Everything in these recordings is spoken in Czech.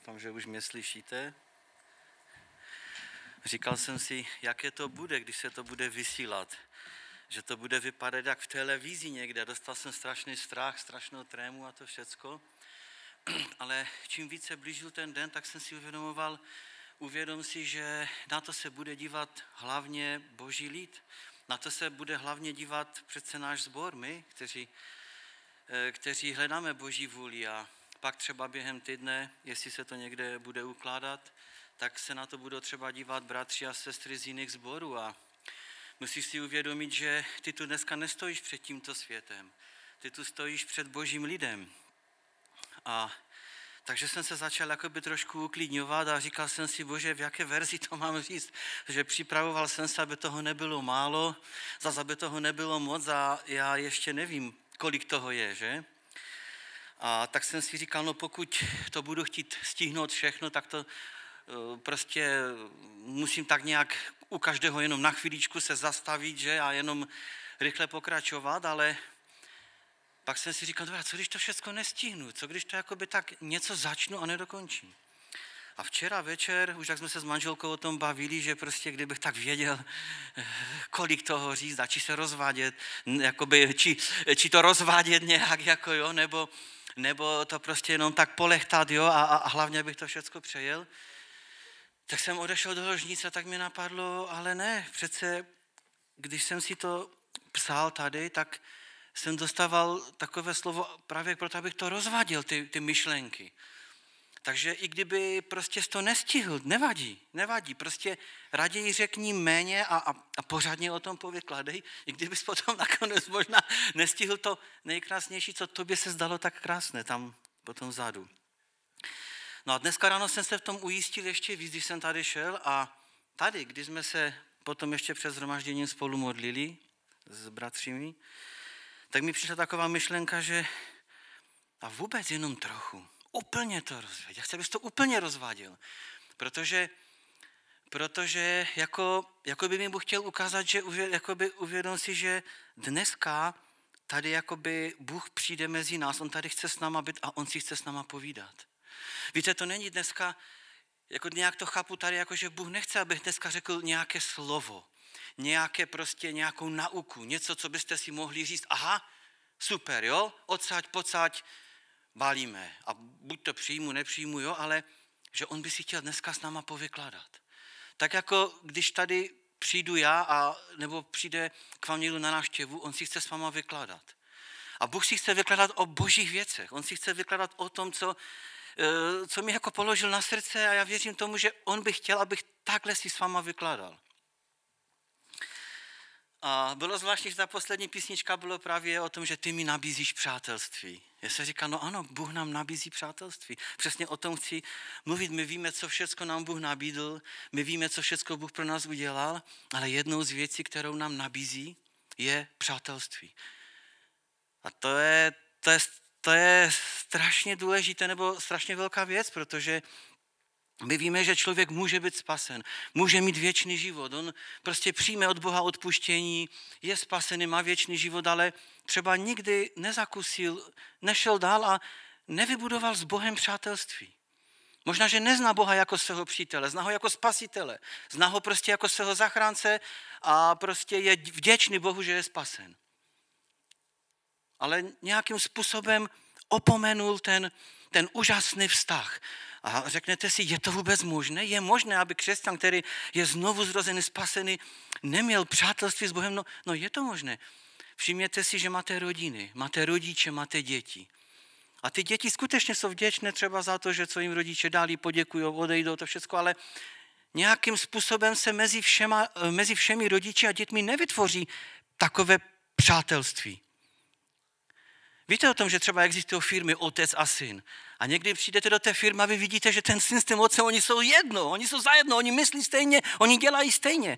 Doufám, že už mě slyšíte. Říkal jsem si, jaké to bude, když se to bude vysílat. Že to bude vypadat jak v televizi někde. Dostal jsem strašný strach, strašnou trému a to všecko. Ale čím více blížil ten den, tak jsem si uvědom si, že na to se bude dívat hlavně Boží lid. Na to se bude hlavně dívat přece náš sbor, my, kteří hledáme Boží vůli a pak třeba během týdne, jestli se to někde bude ukládat, tak se na to budou třeba dívat bratři a sestry z jiných sborů a musíš si uvědomit, že ty tu dneska nestojíš před tímto světem, ty tu stojíš před Božím lidem. A takže jsem se začal jakoby trošku uklidňovat a říkal jsem si, Bože, v jaké verzi to mám říct, že připravoval jsem se, aby toho nebylo málo, zase aby toho nebylo moc a já ještě nevím, kolik toho je, že? A tak jsem si říkal, no pokud to budu chtít stihnout všechno, tak to prostě musím tak nějak u každého jenom na chvíličku se zastavit, že? A jenom rychle pokračovat, ale pak jsem si říkal, co když to všechno nestihnu, co když to jakoby tak něco začnu a nedokončím. A včera večer, už tak jsme se s manželkou o tom bavili, že prostě kdybych tak věděl, kolik toho říct a či se rozvádět, jakoby, či to rozvádět nějak, jako jo, nebo to prostě jenom tak polechtat, jo, a hlavně bych to všechno přejel, tak jsem odešel do ložnice, tak mi napadlo, ale ne, přece, když jsem si to psal tady, tak jsem dostával takové slovo právě proto, abych to rozváděl, ty myšlenky. Takže i kdyby prostě to nestihl, nevadí, prostě raději řekni méně a pořádně o tom povykládej, i kdybys potom nakonec možná nestihl to nejkrásnější, co tobě se zdalo tak krásné tam potom vzadu. No a dneska ráno jsem se v tom ujistil ještě víc, když jsem tady šel a tady, když jsme se potom ještě před shromažděním spolu modlili s bratřími, tak mi přišla taková myšlenka, že a vůbec jenom trochu, úplně to rozvěděl. Já chci, abys to úplně rozváděl, protože jako by mi Bůh chtěl ukázat, že uvědom si, že dneska tady jakoby Bůh přijde mezi nás, on tady chce s náma být a on si chce s náma povídat. Víte, to není dneska, jako nějak to chápu tady, jako že Bůh nechce, abych dneska řekl nějaké slovo, nějakou nauku, něco, co byste si mohli říct, aha, super, jo, odsaď, pocať, balíme. A buď to přijmu, nepřijmu, jo, ale že on by si chtěl dneska s náma povykládat. Tak jako když tady přijdu já, nebo přijde k vám někdo na návštěvu, on si chce s váma vykládat. A Bůh si chce vykládat o božích věcech. On si chce vykládat o tom, co mi jako položil na srdce a já věřím tomu, že on by chtěl, abych takhle si s váma vykládal. A bylo zvláštní, že ta poslední písnička bylo právě o tom, že ty mi nabízíš přátelství. Já se říkám, no ano, Bůh nám nabízí přátelství. Přesně o tom chci mluvit. My víme, co všechno nám Bůh nabídl, my víme, co všechno Bůh pro nás udělal, ale jednou z věcí, kterou nám nabízí, je přátelství. A to je strašně důležité nebo strašně velká věc, protože my víme, že člověk může být spasen, může mít věčný život. On prostě přijme od Boha odpuštění, je spasený, má věčný život, ale třeba nikdy nezakusil, nešel dál a nevybudoval s Bohem přátelství. Možná, že nezná Boha jako svého přítele, zná ho jako spasitele, zná ho prostě jako svého zachránce a prostě je vděčný Bohu, že je spasen. Ale nějakým způsobem opomenul ten úžasný vztah. A řeknete si, je to vůbec možné? Je možné, aby křesťan, který je znovu zrozený, spasený, neměl přátelství s Bohem? No je to možné. Všimněte si, že máte rodiny, máte rodiče, máte děti. A ty děti skutečně jsou vděčné třeba za to, že co jim rodiče dali, poděkují, odejdou, to všechno, ale nějakým způsobem se mezi všemi rodiči a dětmi nevytvoří takové přátelství. Víte o tom, že třeba existují firmy otec a syn. A někdy přijdete do té firmy a vy vidíte, že ten syn s tím otcem, oni jsou jedno, oni jsou zajedno, oni myslí stejně, oni dělají stejně.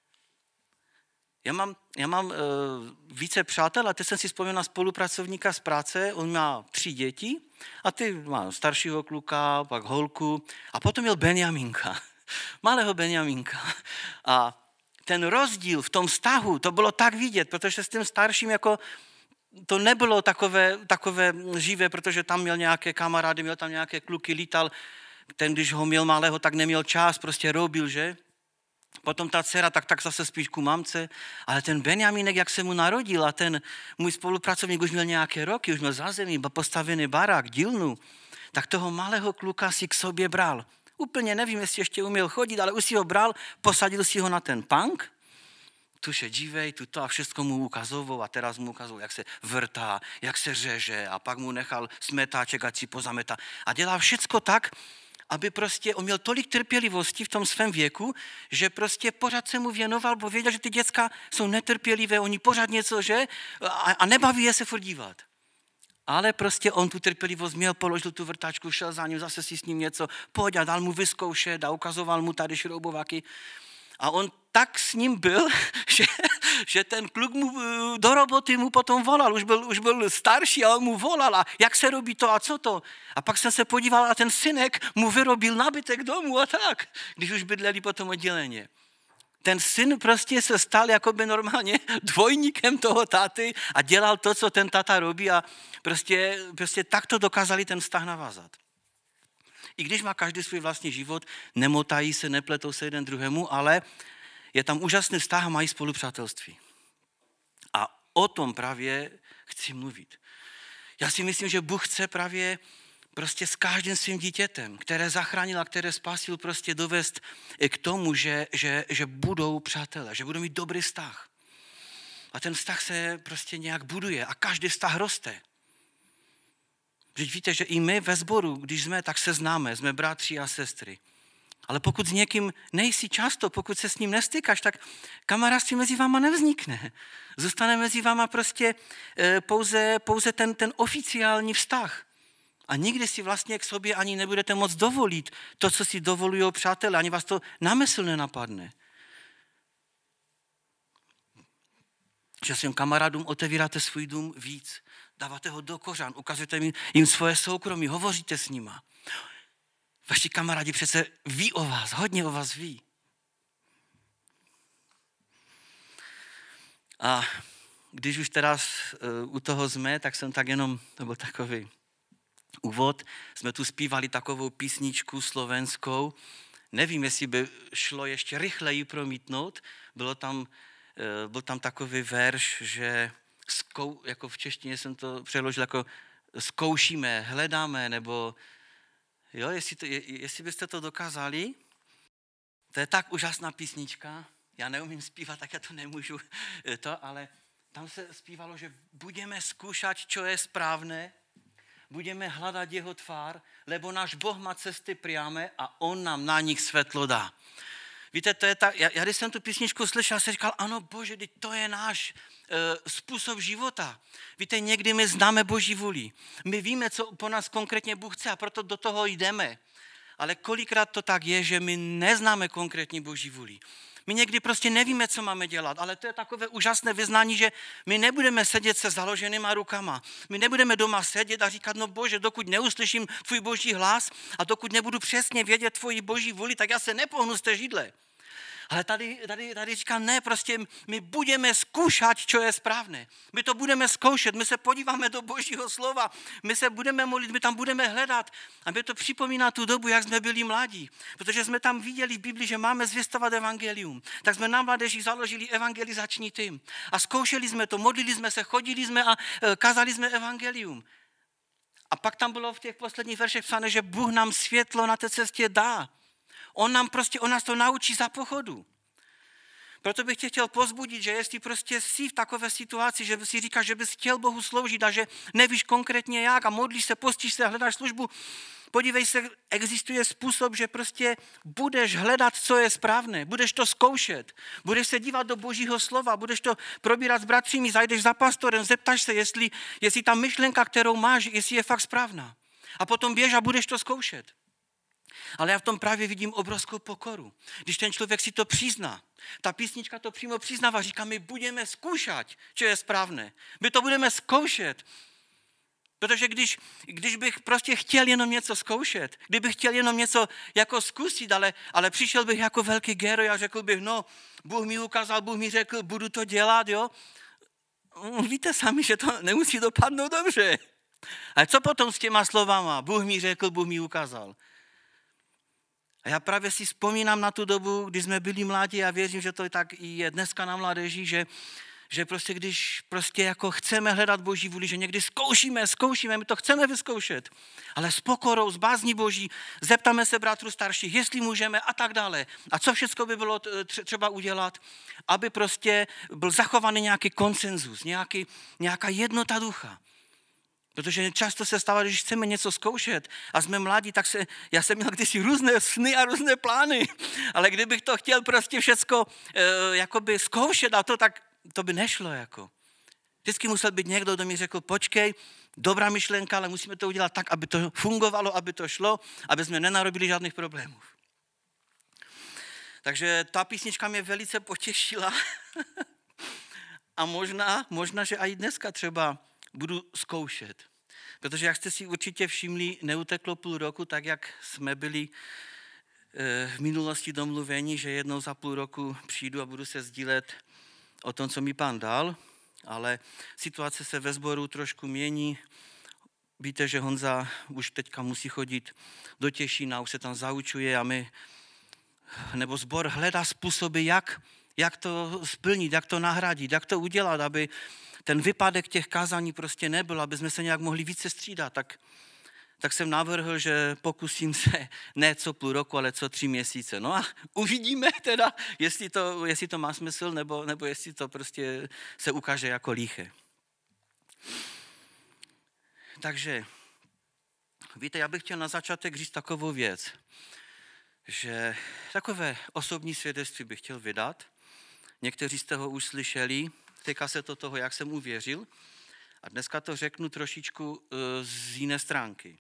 Já mám více přátel a teď jsem si vzpomněl na spolupracovníka z práce, on má 3 děti a ty má staršího kluka, pak holku a potom měl Benjamínka, malého Benjamínka. A ten rozdíl v tom vztahu, to bylo tak vidět, protože s tím starším jako to nebylo takové živé, protože tam měl nějaké kamarády, měl tam nějaké kluky, lítal. ten, když ho měl malého, tak neměl čas, prostě robil, že? Potom ta dcera, tak zase spíš ku mamce, ale ten Benjamínek, jak se mu narodil a ten můj spolupracovník už měl nějaké roky, už měl zázemí, postavený barák, dílnu, tak toho malého kluka si k sobě bral. Úplně nevím, jestli ještě uměl chodit, ale už si ho bral, posadil si ho na ten punk, tu se dívej, tuto a všechno mu ukazoval a teraz mu ukazoval, jak se vrtá, jak se řeže a pak mu nechal smetáček, ať si pozametá. A dělal všecko tak, aby prostě on měl tolik trpělivosti v tom svém věku, že prostě pořád se mu věnoval, bo věděl, že ty děcka jsou netrpělivé, oni pořád něco, že? A nebaví je se furt dívat. Ale prostě on tu trpělivost měl, položil tu vrtačku, šel za ním, zase si s ním něco, pojď a dal mu vyzkoušet a ukazoval mu tady šroubovaky. A on tak s ním byl, že ten kluk mu do roboty mu potom volal, už byl starší a on mu volal a jak se robí to a co to. A pak jsem se podíval a ten synek mu vyrobil nábytek domů a tak, když už bydleli potom odděleně. Ten syn prostě se stal jakoby normálně dvojníkem toho táty a dělal to, co ten táta robí a prostě takto dokázali ten vztah navázat. I když má každý svůj vlastní život, nemotají se, nepletou se jeden druhému, ale je tam úžasný vztah a mají spolupřátelství. A o tom právě chci mluvit. Já si myslím, že Bůh chce právě prostě s každým svým dítětem, které zachránil a které spasil, prostě dovést k tomu, že budou přátelé, že budou mít dobrý vztah. A ten vztah se prostě nějak buduje a každý vztah roste. Vždyť víte, že i my ve sboru, když jsme, tak se známe, jsme bratři a sestry. Ale pokud s někým nejsi často, pokud se s ním nestykáš, tak kamarádství mezi váma nevznikne. Zůstane mezi váma prostě pouze ten oficiální vztah. A nikdy si vlastně k sobě ani nebudete moc dovolit to, co si dovolují přátelé, ani vás to na mysl nenapadne. Že svým kamarádům otevíráte svůj dům víc, dáváte ho do kořán, ukazujete jim svoje soukromí, hovoříte s nima. Vaši kamarádi přece ví o vás, hodně o vás ví. A když už teraz u toho jsme, tak jsem tak jenom, to byl takový úvod, jsme tu zpívali takovou písničku slovenskou. Nevím, jestli by šlo ještě rychleji promítnout. Byl tam takový verš, že jako v češtině jsem to přeložil jako zkoušíme, hledáme, nebo jo, jestli byste to dokázali. To je tak úžasná písnička. Já neumím zpívat, tak já to nemůžu, ale tam se zpívalo, že budeme zkoušet, čo je správné, budeme hledat jeho tvár, lebo náš Boh má cesty priame a on nám na nich světlo dá. Víte, to je tak, já když jsem tu písničku slyšel, jsem říkal, ano Bože, to je náš způsob života. Víte, někdy my známe Boží vůli. My víme, co po nás konkrétně Bůh chce a proto do toho jdeme. Ale kolikrát to tak je, že my neznáme konkrétní Boží vůli. My někdy prostě nevíme, co máme dělat, ale to je takové úžasné vyznání, že my nebudeme sedět se založenýma rukama. My nebudeme doma sedět a říkat, no Bože, dokud neuslyším tvůj Boží hlas a dokud nebudu přesně vědět tvoji Boží vůli, tak já se nepohnu z té židle. Ale tady říkám, ne, prostě my budeme zkoušet, co je správné. My to budeme zkoušet, my se podíváme do Božího slova, my se budeme modlit, my tam budeme hledat. A mě to připomíná tu dobu, jak jsme byli mladí. Protože jsme tam viděli v Biblii, že máme zvěstovat evangelium. Tak jsme na mládeži založili evangelizační tým. A zkoušeli jsme to, modlili jsme se, chodili jsme a kazali jsme evangelium. A pak tam bylo v těch posledních veršech psané, že Bůh nám světlo na té cestě dá. On nás to naučí za pochodu. Proto bych tě chtěl pozbudit, že jestli prostě jsi v takové situaci, že si říkáš, že bys chtěl Bohu sloužit a že nevíš konkrétně jak a modlíš se, postíš se a hledáš službu, podívej se, existuje způsob, že prostě budeš hledat, co je správné, budeš to zkoušet, budeš se dívat do Božího slova, budeš to probírat s bratřími, zajdeš za pastorem, zeptáš se, jestli ta myšlenka, kterou máš, jestli je fakt správná. A potom běž a budeš to zkoušet. Ale já v tom právě vidím obrovskou pokoru. Když ten člověk si to přizná, ta písnička to přímo přiznává, říká, my budeme zkoušet, co je správné. My to budeme zkoušet. Protože když bych prostě chtěl jenom něco zkoušet, kdybych chtěl jenom něco jako zkusit, ale přišel bych jako velký geroj a řekl bych, no, Bůh mi ukázal, Bůh mi řekl, budu to dělat, jo. Víte sami, že to nemusí dopadnout dobře. Ale co potom s těma slovama? Bůh mi řekl, Bůh mi ukázal. A já právě si vzpomínám na tu dobu, kdy jsme byli mladí a věřím, že to tak i je dneska na mládeži, že prostě když prostě jako chceme hledat Boží vůli, že někdy zkoušíme, my to chceme vyzkoušet, ale s pokorou, s bázní Boží, zeptáme se bratrů starších, jestli můžeme a tak dále. A co všechno by bylo třeba udělat, aby prostě byl zachovaný nějaký konsenzus, nějaká jednota ducha. Protože často se stává, když chceme něco zkoušet a jsme mladí, já jsem měl kdysi různé sny a různé plány, ale kdybych to chtěl prostě všecko jakoby zkoušet a to, tak to by nešlo jako. Vždycky musel být někdo, kdo mi řekl, počkej, dobrá myšlenka, ale musíme to udělat tak, aby to fungovalo, aby to šlo, aby jsme nenarobili žádných problémů. Takže ta písnička mě velice potěšila a možná, že i dneska třeba budu zkoušet. Protože jak jste si určitě všimli, neuteklo půl roku, tak jak jsme byli v minulosti domluveni, že jednou za půl roku přijdu a budu se sdílet o tom, co mi Pán dal, ale situace se ve sboru trošku mění. Víte, že Honza už teďka musí chodit do Těšína, už se tam zaučuje a nebo sbor hledá způsoby, jak to splnit, jak to nahradit, jak to udělat, aby ten výpadek těch kázání prostě nebyl, aby jsme se nějak mohli více střídat. Tak jsem navrhl, že pokusím se ne co půl roku, ale co 3 měsíce. No a uvidíme teda, jestli to má smysl, nebo jestli to prostě se ukáže jako líché. Takže, víte, já bych chtěl na začátek říct takovou věc, že takové osobní svědectví bych chtěl vydat. Někteří jste ho už slyšeli, týká se to toho, jak jsem uvěřil. A dneska to řeknu trošičku z jiné stránky.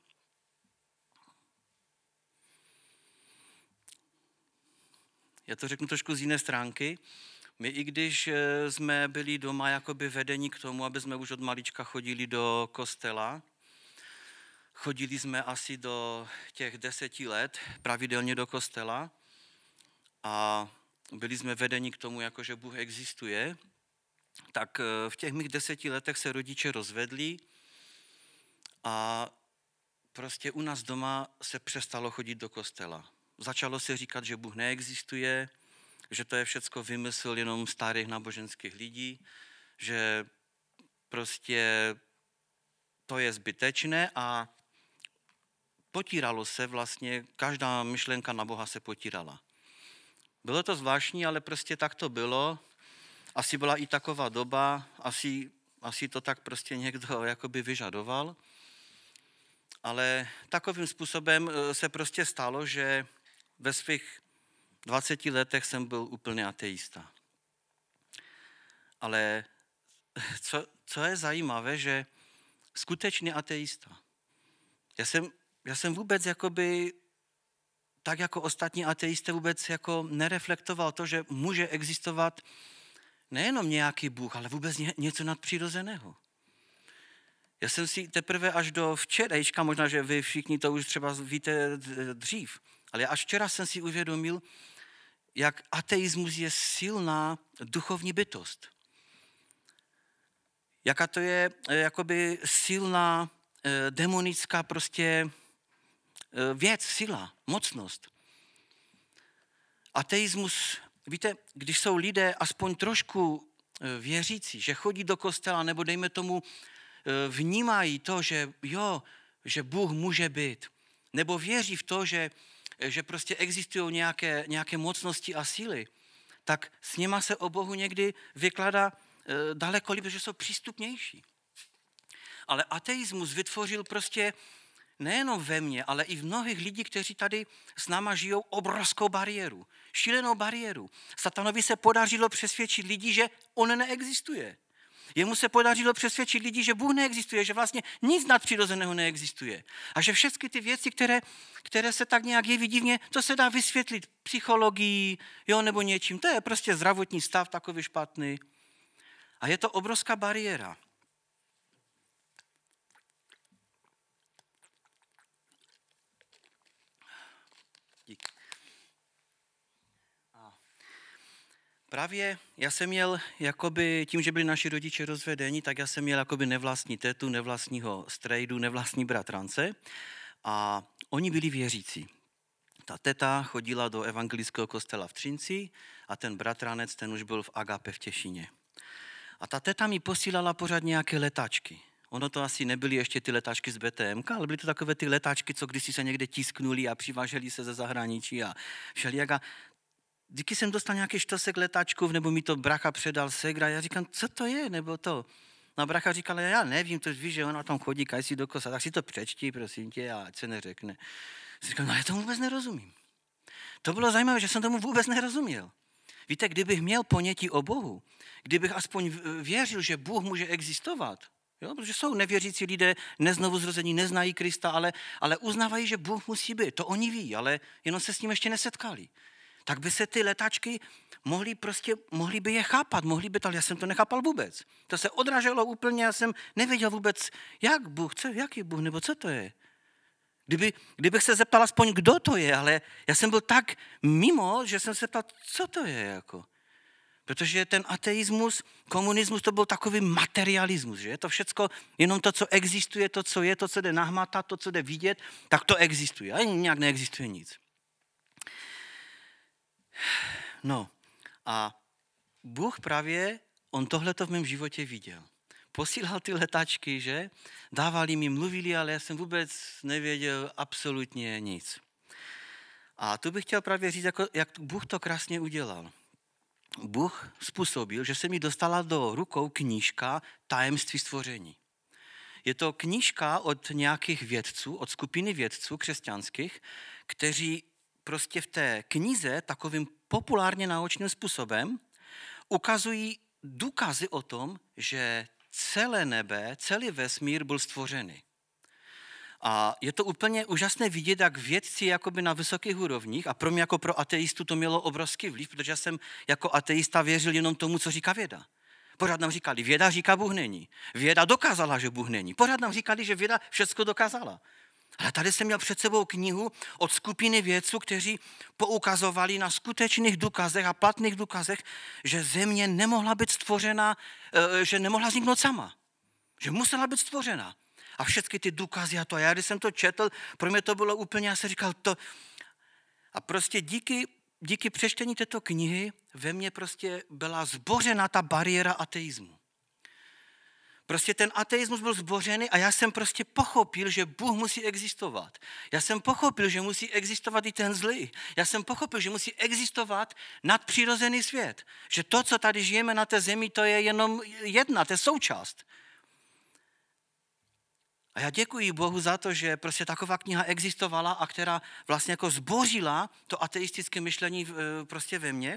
Já to řeknu trošku z jiné stránky. My i když jsme byli doma jakoby vedení k tomu, aby jsme už od malička chodili do kostela, chodili jsme asi do těch 10 let pravidelně do kostela a byli jsme vedeni k tomu, jako že Bůh existuje, tak v těch mých 10 letech se rodiče rozvedli a prostě u nás doma se přestalo chodit do kostela. Začalo se říkat, že Bůh neexistuje, že to je všecko vymysl jenom starých náboženských lidí, že prostě to je zbytečné a potíralo se vlastně, každá myšlenka na Boha se potírala. Bylo to zvláštní, ale prostě tak to bylo. Asi byla i taková doba, asi to tak prostě někdo jakoby vyžadoval. Ale takovým způsobem se prostě stalo, že ve svých 20 letech jsem byl úplně ateista. Ale co je zajímavé, že skutečný ateista. Já jsem vůbec jakoby, tak jako ostatní ateisté vůbec jako nereflektoval to, že může existovat nejenom nějaký Bůh, ale vůbec něco nadpřirozeného. Já jsem si teprve až do včerejška, možná, že vy všichni to už třeba víte dřív, ale až včera jsem si uvědomil, jak ateismus je silná duchovní bytost. Jaká to je jakoby silná demonická prostě věc, síla, mocnost. Ateismus, víte, když jsou lidé aspoň trošku věřící, že chodí do kostela, nebo dejme tomu vnímají to, že Bůh může být, nebo věří v to, že prostě existují nějaké mocnosti a síly, tak s nima se o Bohu někdy vykládá daleko líp, že jsou přístupnější. Ale ateismus vytvořil prostě nejenom ve mně, ale i v mnohých lidí, kteří tady s náma žijou, obrovskou bariéru, šílenou bariéru. Satanovi se podařilo přesvědčit lidi, že on neexistuje. Jemu se podařilo přesvědčit lidi, že Bůh neexistuje, že vlastně nic nadpřirozeného neexistuje. A že všechny ty věci, které se tak nějak jeví divně, to se dá vysvětlit psychologií, nebo něčím. To je prostě zdravotní stav takový špatný. A je to obrovská bariéra. Díky. Právě já jsem měl, jakoby, tím, že byli naši rodiče rozvedení, tak já jsem měl jakoby nevlastní tetu, nevlastního strejdu, nevlastní bratrance a oni byli věřící. Ta teta chodila do evangelického kostela v Třinci a ten bratranec, ten už byl v Agape v Těšíně. A ta teta mi posílala pořád nějaké letáčky. Ono to asi nebyly ještě ty letáčky z BTM, ale byly to takové ty letáčky, co kdysi se někde tisknuli a přiváželi se ze zahraničí a všelijak. A díky jsem dostal nějaký štosek letáčků, nebo mi to bracha předal segra. Já říkám, co to je, nebo to. No a bracha říkal, já nevím, to víš, že ona tam chodí, kaj si do kosa, tak si to přečti, prosím tě, a ať se neřekne. Říkám, no já tomu vůbec nerozumím. To bylo zajímavé, že jsem tomu vůbec nerozuměl. Víte, kdybych měl ponětí o Bohu, kdybych aspoň věřil, že Bůh může existovat, jo, protože jsou nevěřící lidé, neznovuzrození, neznají Krista, ale uznávají, že Bůh musí být. To oni ví, ale jenom se s ním ještě nesetkali. Tak by se ty letáčky mohli by je chápat, ale já jsem to nechápal vůbec. To se odraželo úplně, já jsem nevěděl vůbec, jak Bůh, jaký Bůh, nebo co to je. Kdybych se zeptal aspoň, kdo to je, ale já jsem byl tak mimo, že jsem se ptal, co to je jako. Protože ten ateismus, komunismus, to byl takový materialismus, že? To všecko, jenom to, co existuje, to, co je, to, co jde nahmatat, to, co jde vidět, tak to existuje. A nějak neexistuje nic. No a Bůh právě, on tohleto v mém životě viděl. Posílal ty letáčky, že? Dávali mi, mluvili, ale já jsem vůbec nevěděl absolutně nic. A tu bych chtěl právě říct, jak Bůh to krásně udělal. Bůh způsobil, že se mi dostala do rukou knížka Tajemství stvoření. Je to knížka od nějakých vědců, od skupiny vědců křesťanských, kteří prostě v té knize takovým populárně naučným způsobem ukazují důkazy o tom, že celé nebe, celý vesmír byl stvořený. A je to úplně úžasné vidět, jak vědci jakoby na vysokých úrovních, a pro mě jako pro ateistu to mělo obrovský vliv, protože já jsem jako ateista věřil jenom tomu, co říká věda. Pořád nám říkali, věda říká, Bůh není. Věda dokázala, že Bůh není. Pořád nám říkali, že věda všechno dokázala. Ale tady jsem měl před sebou knihu od skupiny vědců, kteří poukazovali na skutečných důkazech a platných důkazech, že země nemohla být stvořena, že nemohla vzniknout sama. Že musela být stvořena. A všechny ty důkazy a to. Já když jsem to četl, pro mě to bylo úplně, já jsem říkal to. A prostě díky přečtení této knihy ve mně prostě byla zbořena ta bariéra ateismu. Prostě ten ateismus byl zbořený a já jsem prostě pochopil, že Bůh musí existovat. Já jsem pochopil, že musí existovat i ten zlý. Já jsem pochopil, že musí existovat nadpřirozený svět. Že to, co tady žijeme na té zemi, to je jenom jedna, to je součást. A já děkuji Bohu za to, že prostě taková kniha existovala a která vlastně jako zbořila to ateistické myšlení prostě ve mně.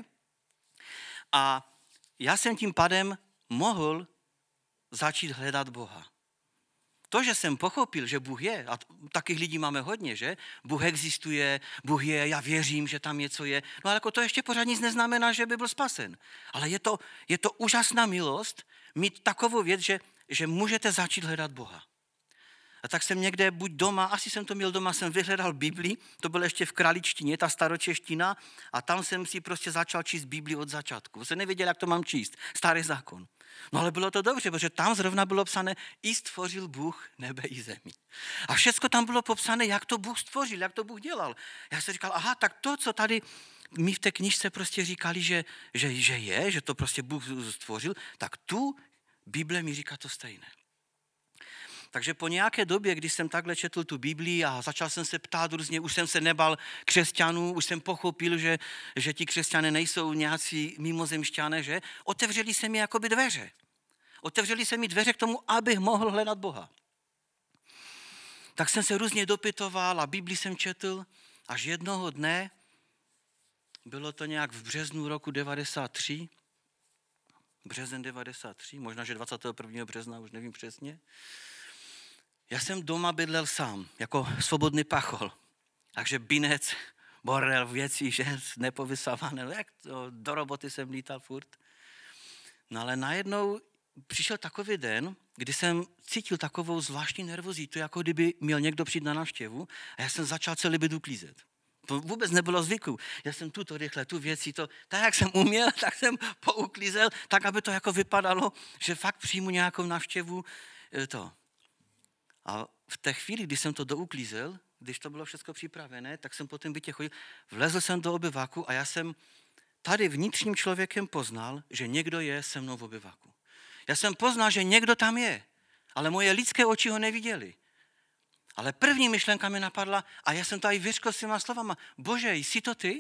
A já jsem tím pádem mohl začít hledat Boha. To, že jsem pochopil, že Bůh je, a takých lidí máme hodně, že? Bůh existuje, Bůh je, já věřím, že tam něco je. No ale jako to ještě pořád nic neznamená, že by byl spasen. Ale je to úžasná milost mít takovou věc, že můžete začít hledat Boha. A tak jsem někde buď doma, asi jsem to měl doma, jsem vyhledal Bibli, to bylo ještě v kraličtině, ta staročeština, a tam jsem si prostě začal číst Bibli od začátku. Jsem nevěděl, jak to mám číst, starý zákon. No ale bylo to dobře, protože tam zrovna bylo psané, i stvořil Bůh nebe i zemi. A všechno tam bylo popsané, jak to Bůh stvořil, jak to Bůh dělal. Já jsem říkal, aha, tak to, co tady mi v té knižce prostě říkali, že to prostě Bůh stvořil, tak tu Bible mi říká to stejné. Takže po nějaké době, když jsem takhle četl tu Biblii a začal jsem se ptát různě, už jsem se nebal křesťanů, už jsem pochopil, že ti křesťané nejsou nějací mimozemšťané, že? Otevřeli se mi jakoby dveře. Otevřeli se mi dveře k tomu, abych mohl hledat Boha. Tak jsem se různě dopytoval a Biblii jsem četl, až jednoho dne, bylo to nějak v březnu roku 93, březen 93, možná, že 21. března, už nevím přesně. Já jsem doma bydlel sám, jako svobodný pachol. Takže binec, bordel, věcí, že nepovysávané, jak to, do roboty jsem lítal furt. No ale najednou přišel takový den, kdy jsem cítil takovou zvláštní nervozitu, jako kdyby měl někdo přijít na návštěvu, a já jsem začal celý byt uklízet. To vůbec nebylo zvyku. Já jsem rychle, tu věci, tak jak jsem uměl, tak jsem pouklízel, tak aby to jako vypadalo, že fakt přijmu nějakou návštěvu. A v té chvíli, kdy jsem to douklízel, když to bylo všechno připravené, tak jsem po tom bytě chodil, vlezl jsem do obyváku a já jsem tady vnitřním člověkem poznal, že někdo je se mnou v obyváku. Já jsem poznal, že někdo tam je, ale moje lidské oči ho neviděly. Ale první myšlenka mi napadla a já jsem to i vyřkl s těma slovama. Bože, jsi to ty?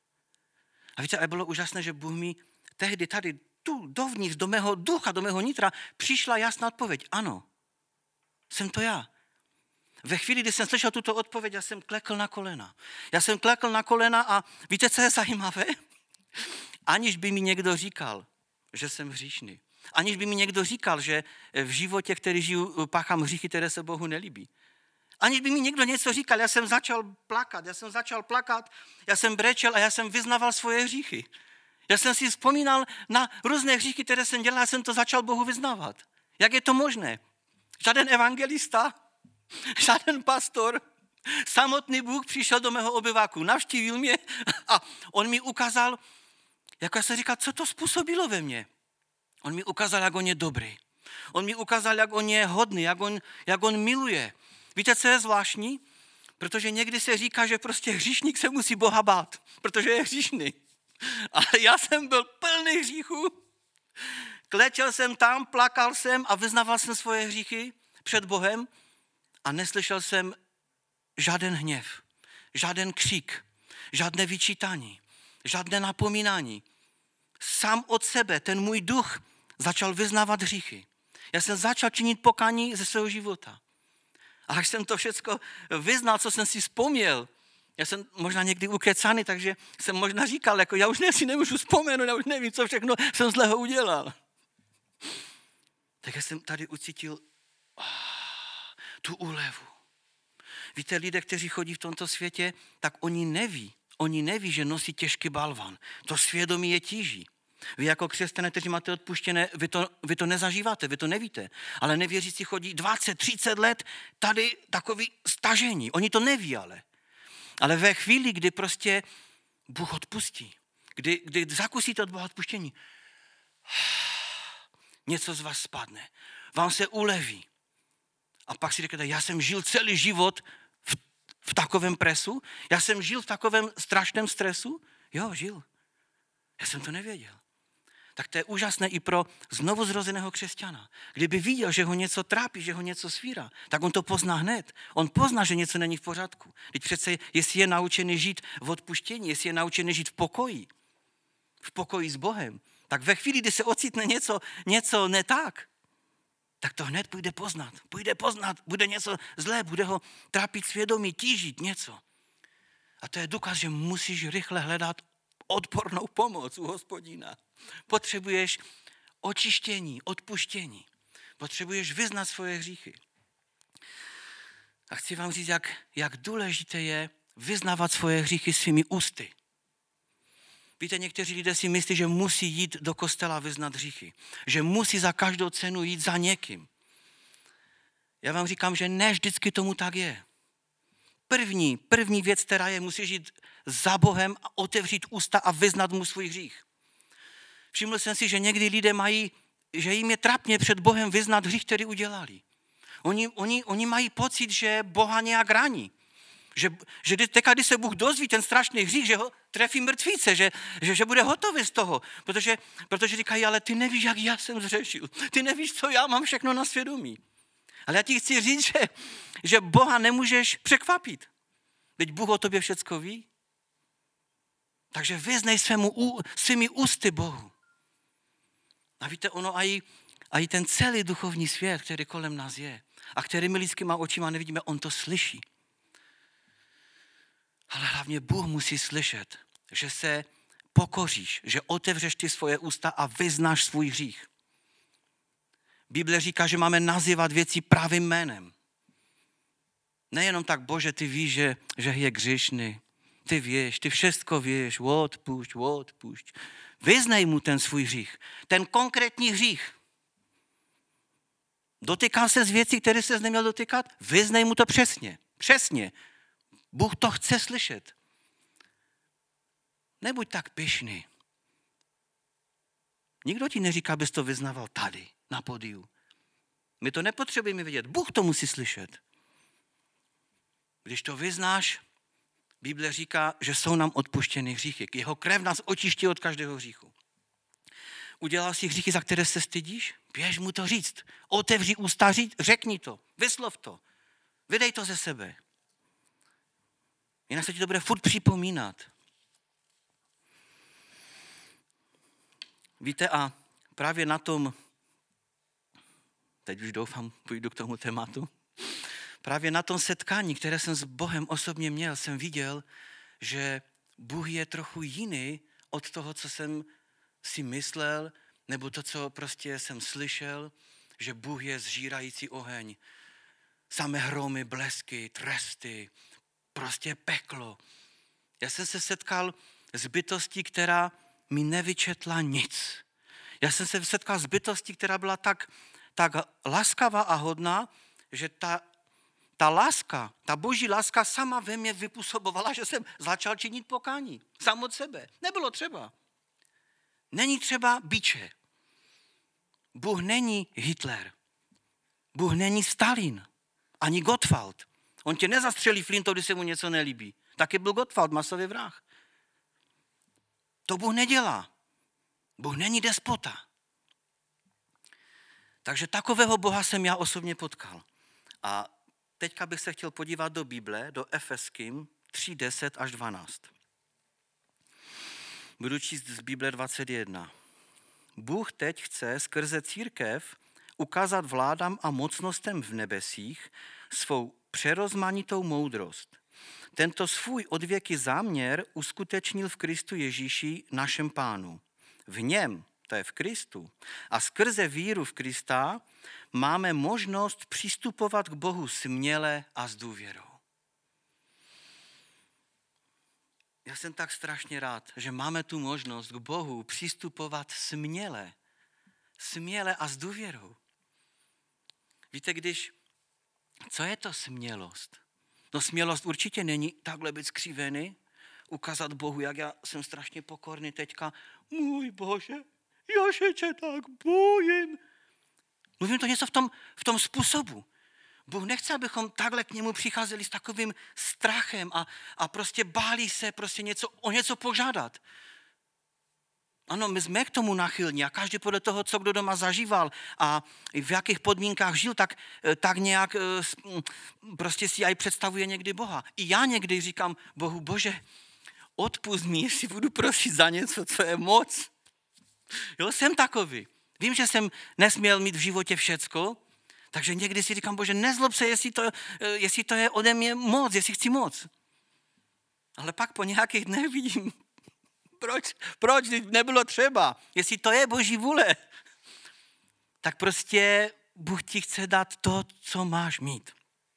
A víte, a bylo úžasné, že Bůh mi tehdy tady tu dovnitř, do mého ducha, do mého nitra přišla jasná odpověď. Ano, jsem to já. Ve chvíli, kdy jsem slyšel tuto odpověď, já jsem klekl na kolena. Já jsem klekl na kolena a víte, co je zajímavé? Aniž by mi někdo říkal, že jsem hříšný. Aniž by mi někdo říkal, že v životě, který žiju, páchám hříchy, které se Bohu nelíbí. Aniž by mi někdo něco říkal, já jsem začal plakat, já jsem brečel a já jsem vyznaval svoje hříchy. Já jsem si vzpomínal na různé hříchy, které jsem dělal, já jsem to začal Bohu vyznávat. Jak je to možné? Žádný evangelista, žádný pastor, samotný Bůh přišel do mého obyváku, navštívil mě a on mi ukázal, jako se říká, co to způsobilo ve mně. On mi ukázal, jak on je dobrý. On mi ukázal, jak on je hodný, jak on miluje. Víte, co je zvláštní? Protože někdy se říká, že prostě hříšník se musí Boha bát, protože je hříšný. Ale já jsem byl plný hříchu. Klečel jsem tam, plakal jsem a vyznával jsem svoje hříchy před Bohem a neslyšel jsem žádný hněv, žádný křik, žádné vyčítání, žádné napomínání. Sám od sebe ten můj duch začal vyznávat hříchy. Já jsem začal činit pokání ze svého života. A až jsem to všechno vyznal, co jsem si vzpomněl, já jsem možná někdy ukecaný, takže jsem možná říkal, jako já už si nemůžu vzpomenout, já už nevím, co všechno jsem zlého udělal. Tak já jsem tady ucítil tu úlevu. Víte, lidé, kteří chodí v tomto světě, tak oni neví, že nosí těžký balvan. To svědomí je tíží. Vy jako křesťané, kteří máte odpuštěné, vy to nezažíváte, vy to nevíte. Ale nevěřící chodí 20, 30 let tady takový stažení. Oni to neví ale. Ale ve chvíli, kdy prostě Bůh odpustí, kdy zakusíte od Boha odpuštění, něco z vás spadne, vám se uleví. A pak si řeknete, já jsem žil celý život v takovém presu, já jsem žil v takovém strašném stresu. Jo, žil. Já jsem to nevěděl. Tak to je úžasné i pro znovuzrozeného křesťana. Kdyby viděl, že ho něco trápí, že ho něco svírá, tak on to pozná hned. On pozná, že něco není v pořádku. Teď přece, jestli je naučený žít v odpuštění, jestli je naučený žít v pokoji s Bohem, tak ve chvíli, kdy se ocitne něco ne tak to hned půjde poznat, bude něco zlé, bude ho trápit svědomí, tížit něco. A to je důkaz, že musíš rychle hledat odpornou pomoc u Hospodina. Potřebuješ očištění, odpuštění. Potřebuješ vyznat svoje hříchy. A chci vám říct, jak důležité je vyznávat svoje hříchy svými ústy. Víte, někteří lidé si myslí, že musí jít do kostela a vyznat hříchy. Že musí za každou cenu jít za někým. Já vám říkám, že ne vždycky tomu tak je. První věc, která je, musíš jít za Bohem a otevřít ústa a vyznat mu svůj hřích. Všiml jsem si, že někdy lidé že jim je trapně před Bohem vyznat hřích, který udělali. Oni mají pocit, že Boha nějak raní. Že teďka, když se Bůh dozví ten strašný hřích, že ho trefí mrtvíce, že bude hotový z toho. Protože říkají, ale ty nevíš, jak já jsem zřešil. Ty nevíš, co já mám všechno na svědomí. Ale já ti chci říct, že Boha nemůžeš překvapit. Teď Bůh o tobě všecko ví. Takže vyznej svými ústy Bohu. A víte, ono a i ten celý duchovní svět, který kolem nás je a který my lidskýma očima nevidíme, on to slyší. Ale hlavně Bůh musí slyšet, že se pokoříš, že otevřeš ty svoje ústa a vyznáš svůj hřích. Bible říká, že máme nazývat věci pravým jménem. Nejenom tak, Bože, ty víš, že je hříšný. Ty víš, ty všechno víš, odpušť. Vyznej mu ten svůj hřích, ten konkrétní hřích. Dotýká se z věcí, které se neměl dotýkat? Vyznej mu to přesně. Bůh to chce slyšet. Nebuď tak pyšný. Nikdo ti neříká, abys to vyznával tady, na pódiu. My to nepotřebujeme vědět. Bůh to musí slyšet. Když to vyznáš, Bible říká, že jsou nám odpuštěny hříchy. Jeho krev nás očiští od každého hříchu. Udělal jsi hříchy, za které se stydíš? Běž mu to říct. Otevři ústa, řekni to. Vyslov to. Vydej to ze sebe. Jinak se ti to bude furt připomínat. Víte, a právě na tom, teď už doufám, půjdu k tomu tématu, právě na tom setkání, které jsem s Bohem osobně měl, jsem viděl, že Bůh je trochu jiný od toho, co jsem si myslel, nebo to, co prostě jsem slyšel, že Bůh je zžírající oheň. Samé hromy, blesky, tresty, prostě peklo. Já jsem se setkal s bytostí, která mi nevyčetla nic. Já jsem se setkal s bytostí, která byla tak laskavá a hodná, že ta láska, ta boží láska sama ve mně vypůsobovala, že jsem začal činit pokání. Sám od sebe. Nebylo třeba. Není třeba biče. Bůh není Hitler. Bůh není Stalin. Ani Gottwald. On tě nezastřelí flintou, když se mu něco nelíbí. Taky byl Gottwald, masový vrah. To Bůh nedělá. Bůh není despota. Takže takového Boha jsem já osobně potkal. A teďka bych se chtěl podívat do Bible, do Efeským 3:10 až 12. Budu číst z Bible 21. Bůh teď chce skrze církev ukázat vládám a mocnostem v nebesích svou přerozmanitou moudrost. Tento svůj odvěky záměr uskutečnil v Kristu Ježíši, našem Pánu. V něm, to je v Kristu, a skrze víru v Krista máme možnost přistupovat k Bohu směle a s důvěrou. Já jsem tak strašně rád, že máme tu možnost k Bohu přistupovat směle a s důvěrou. Víte, co je to smělost? No smělost určitě není takhle být skřívený, ukázat Bohu, jak já jsem strašně pokorný teďka. Můj Bože, já se tě tak bojím. Mluvím to něco v tom způsobu. Bůh nechce, abychom takhle k němu přicházeli s takovým strachem a prostě báli se prostě o něco požádat. Ano, my jsme k tomu nachylní a každý podle toho, co kdo doma zažíval a v jakých podmínkách žil, tak nějak prostě si aj představuje někdy Boha. I já někdy říkám Bohu, Bože, odpusť mi, jestli budu prosit za něco, co je moc. Jo, jsem takový. Vím, že jsem nesměl mít v životě všecko, takže někdy si říkám, Bože, nezlob se, jestli to je ode mě moc, jestli chci moc. Ale pak po nějakých dnech vidím, proč nebylo třeba, jestli to je Boží vůle. Tak prostě Bůh ti chce dát to, co máš mít.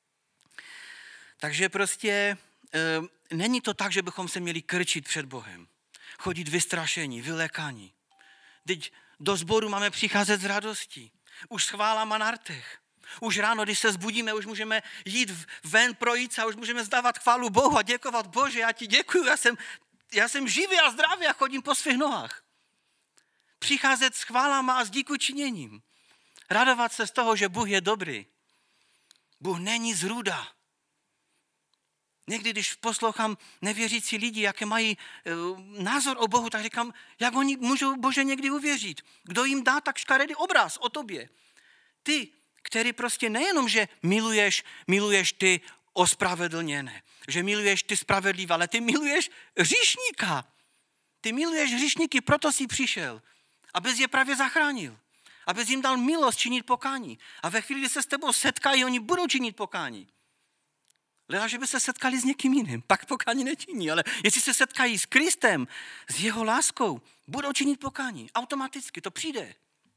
Takže prostě není to tak, že bychom se měli krčit před Bohem. Chodit vystrašení, vylékaní. Teď do sboru máme přicházet s radostí. Už s chválama na rtech. Už ráno, když se zbudíme, už můžeme jít ven, projít se a už můžeme zdávat chválu Bohu a děkovat. Bože, já ti děkuju, já jsem živý a zdravý a chodím po svých nohách. Přicházet s chválama a s díkučiněním. Radovat se z toho, že Bůh je dobrý. Bůh není zrůda. Někdy, když poslouchám nevěřící lidi, jaké mají názor o Bohu, tak říkám, jak oni můžou Bože někdy uvěřit. Kdo jim dá tak škaredý obraz o tobě. Ty, který prostě nejenom, že miluješ ty ospravedlněné, že miluješ ty spravedlivé, ale ty miluješ hříšníka. Ty miluješ hříšníky, proto jsi přišel, abys je právě zachránil. Abys jim dal milost činit pokání. A ve chvíli, kdy se s tebou setkají, oni budou činit pokání. Leda, že by se setkali s někým jiným, pak pokání nečiní, ale jestli se setkají s Kristem, s jeho láskou, budou činit pokání. Automaticky, to přijde.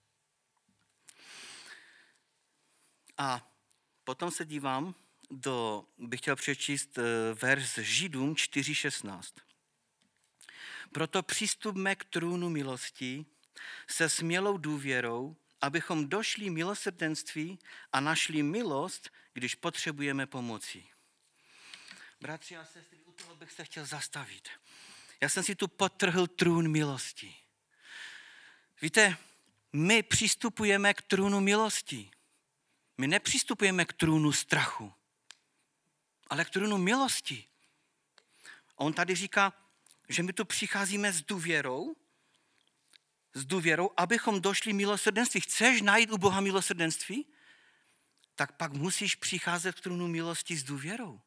A potom se dívám, bych chtěl přečíst verš Židům 4:16. Proto přistupme k trůnu milosti se smělou důvěrou, abychom došli milosrdenství a našli milost, když potřebujeme pomoci. Bratři a sestry, u toho bych se chtěl zastavit. Já jsem si tu podtrhl trůn milosti. Víte, my přistupujeme k trůnu milosti. My nepřistupujeme k trůnu strachu. ale k trůnu milosti. On tady říká, že my tu přicházíme s důvěrou, abychom došli milosrdenství. Chceš najít u Boha milosrdenství? Tak pak musíš přicházet k trůnu milosti s důvěrou.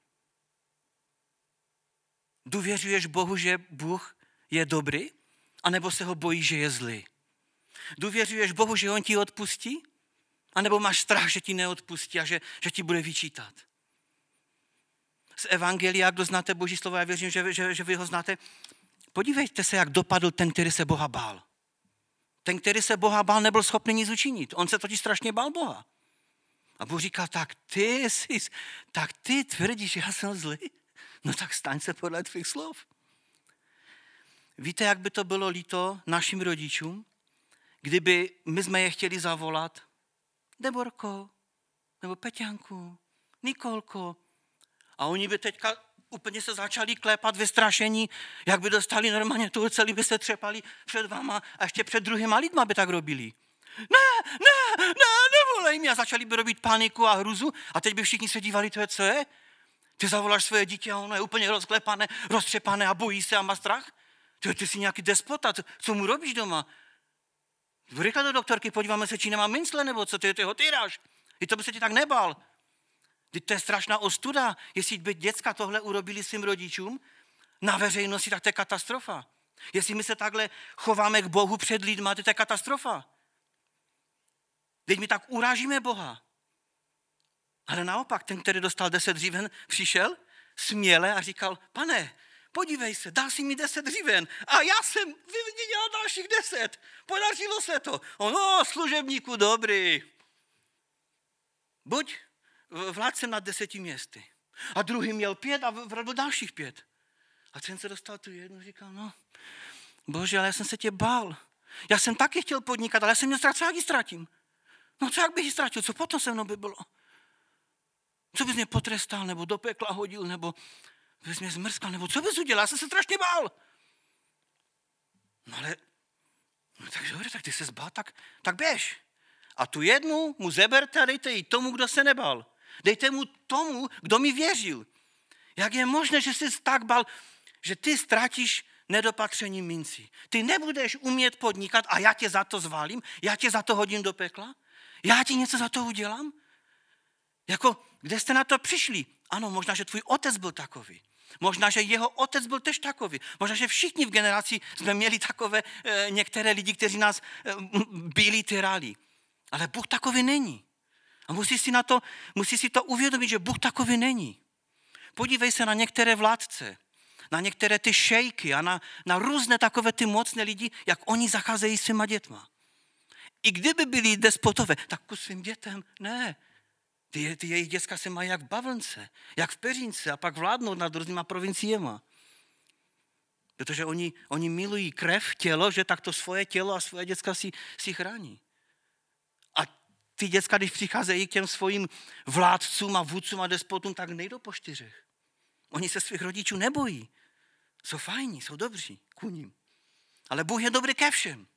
Důvěřuješ Bohu, že Bůh je dobrý? A nebo se ho bojíš, že je zlý? Důvěřuješ Bohu, že on ti odpustí? A nebo máš strach, že ti neodpustí a že ti bude vyčítat? Z Evangelia, kdo znáte Boží slovo, já věřím, že vy ho znáte. Podívejte se, jak dopadl ten, který se Boha bál. Ten, který se Boha bál, nebyl schopný nic učinit. On se totiž strašně bál Boha. A Bůh říkal, tak ty tvrdíš, že já jsem zlý? No tak staň se podle tvých slov. Víte, jak by to bylo líto našim rodičům, kdyby my jsme je chtěli zavolat Deborko, nebo Peťanku, Nikolko. A oni by teďka úplně se začali klepat ve strašení, jak by dostali normálně toho, celý by se třepali před váma a ještě před druhýma lidma by tak robili. Nevolej mi. A začali by robit paniku a hruzu a teď by všichni se dívali, to je co je? Ty zavoláš svoje dítě a ono je úplně rozklepané, roztřepané a bojí se a má strach? Ty jsi nějaký despota, co mu robíš doma? Rychle do doktorky, podíváme se, či nemá mincle, nebo co, ty ho tyráš. I to by se ti tak nebál. To je strašná ostuda, jestli by děcka tohle urobili svým rodičům na veřejnosti, tak to je katastrofa. Jestli my se takhle chováme k Bohu před lidma, to je katastrofa. Teď my tak urážíme Boha. Ale naopak, ten, který dostal 10 dříven, přišel směle a říkal, Pane, podívej se, dal si mi 10 dříven a já jsem vydělal dalších 10. Podařilo se to. Služebníku, dobrý. Buď vládcem nad 10 městy. A druhý měl 5 a vradl dalších 5. A ten se dostal tu jednu, říkal, Bože, ale já jsem se tě bál. Já jsem taky chtěl podnikat, ale já jsem měl strach, co jak ji ztratím. Co jak bych ji ztratil, co potom se mnou by bylo? Co bys mě potrestal, nebo do pekla hodil, nebo bys mě zmrskal, nebo co bys udělal? Já jsem se strašně bál. Tak dobře, tak ty se zbál, tak běž. A tu jednu mu zeberte a dejte ji tomu, kdo se nebál. Dejte mu tomu, kdo mi věřil. Jak je možné, že jsi tak bál, že ty ztratíš nedopatřením mincí. Ty nebudeš umět podnikat a já tě za to zvalím, já tě za to hodím do pekla, já ti něco za to udělám. Kde jste na to přišli? Ano, možná, že tvůj otec byl takový. Možná, že jeho otec byl tež takový. Možná, že všichni v generaci jsme měli takové některé lidi, kteří nás byli tyrali. Ale Bůh takový není. A musí si to uvědomit, že Bůh takový není. Podívej se na některé vládce, na některé ty šejky a na různé takové ty mocné lidi, jak oni zacházejí s svýma dětma. I kdyby byli despotové, tak ku svým dětem ne. Ty jejich děcka se mají jak v bavlnce, jak v peřínce a pak vládnou nad různýma provinciema. Protože oni milují krev, tělo, že tak to svoje tělo a svoje děcka si chrání. A ty děcka, když přicházejí k těm svým vládcům a vůdcům a despotům, tak nejdou po 4. Oni se svých rodičů nebojí. Jsou fajní, jsou dobří k ním. Ale Bůh je dobrý ke všem.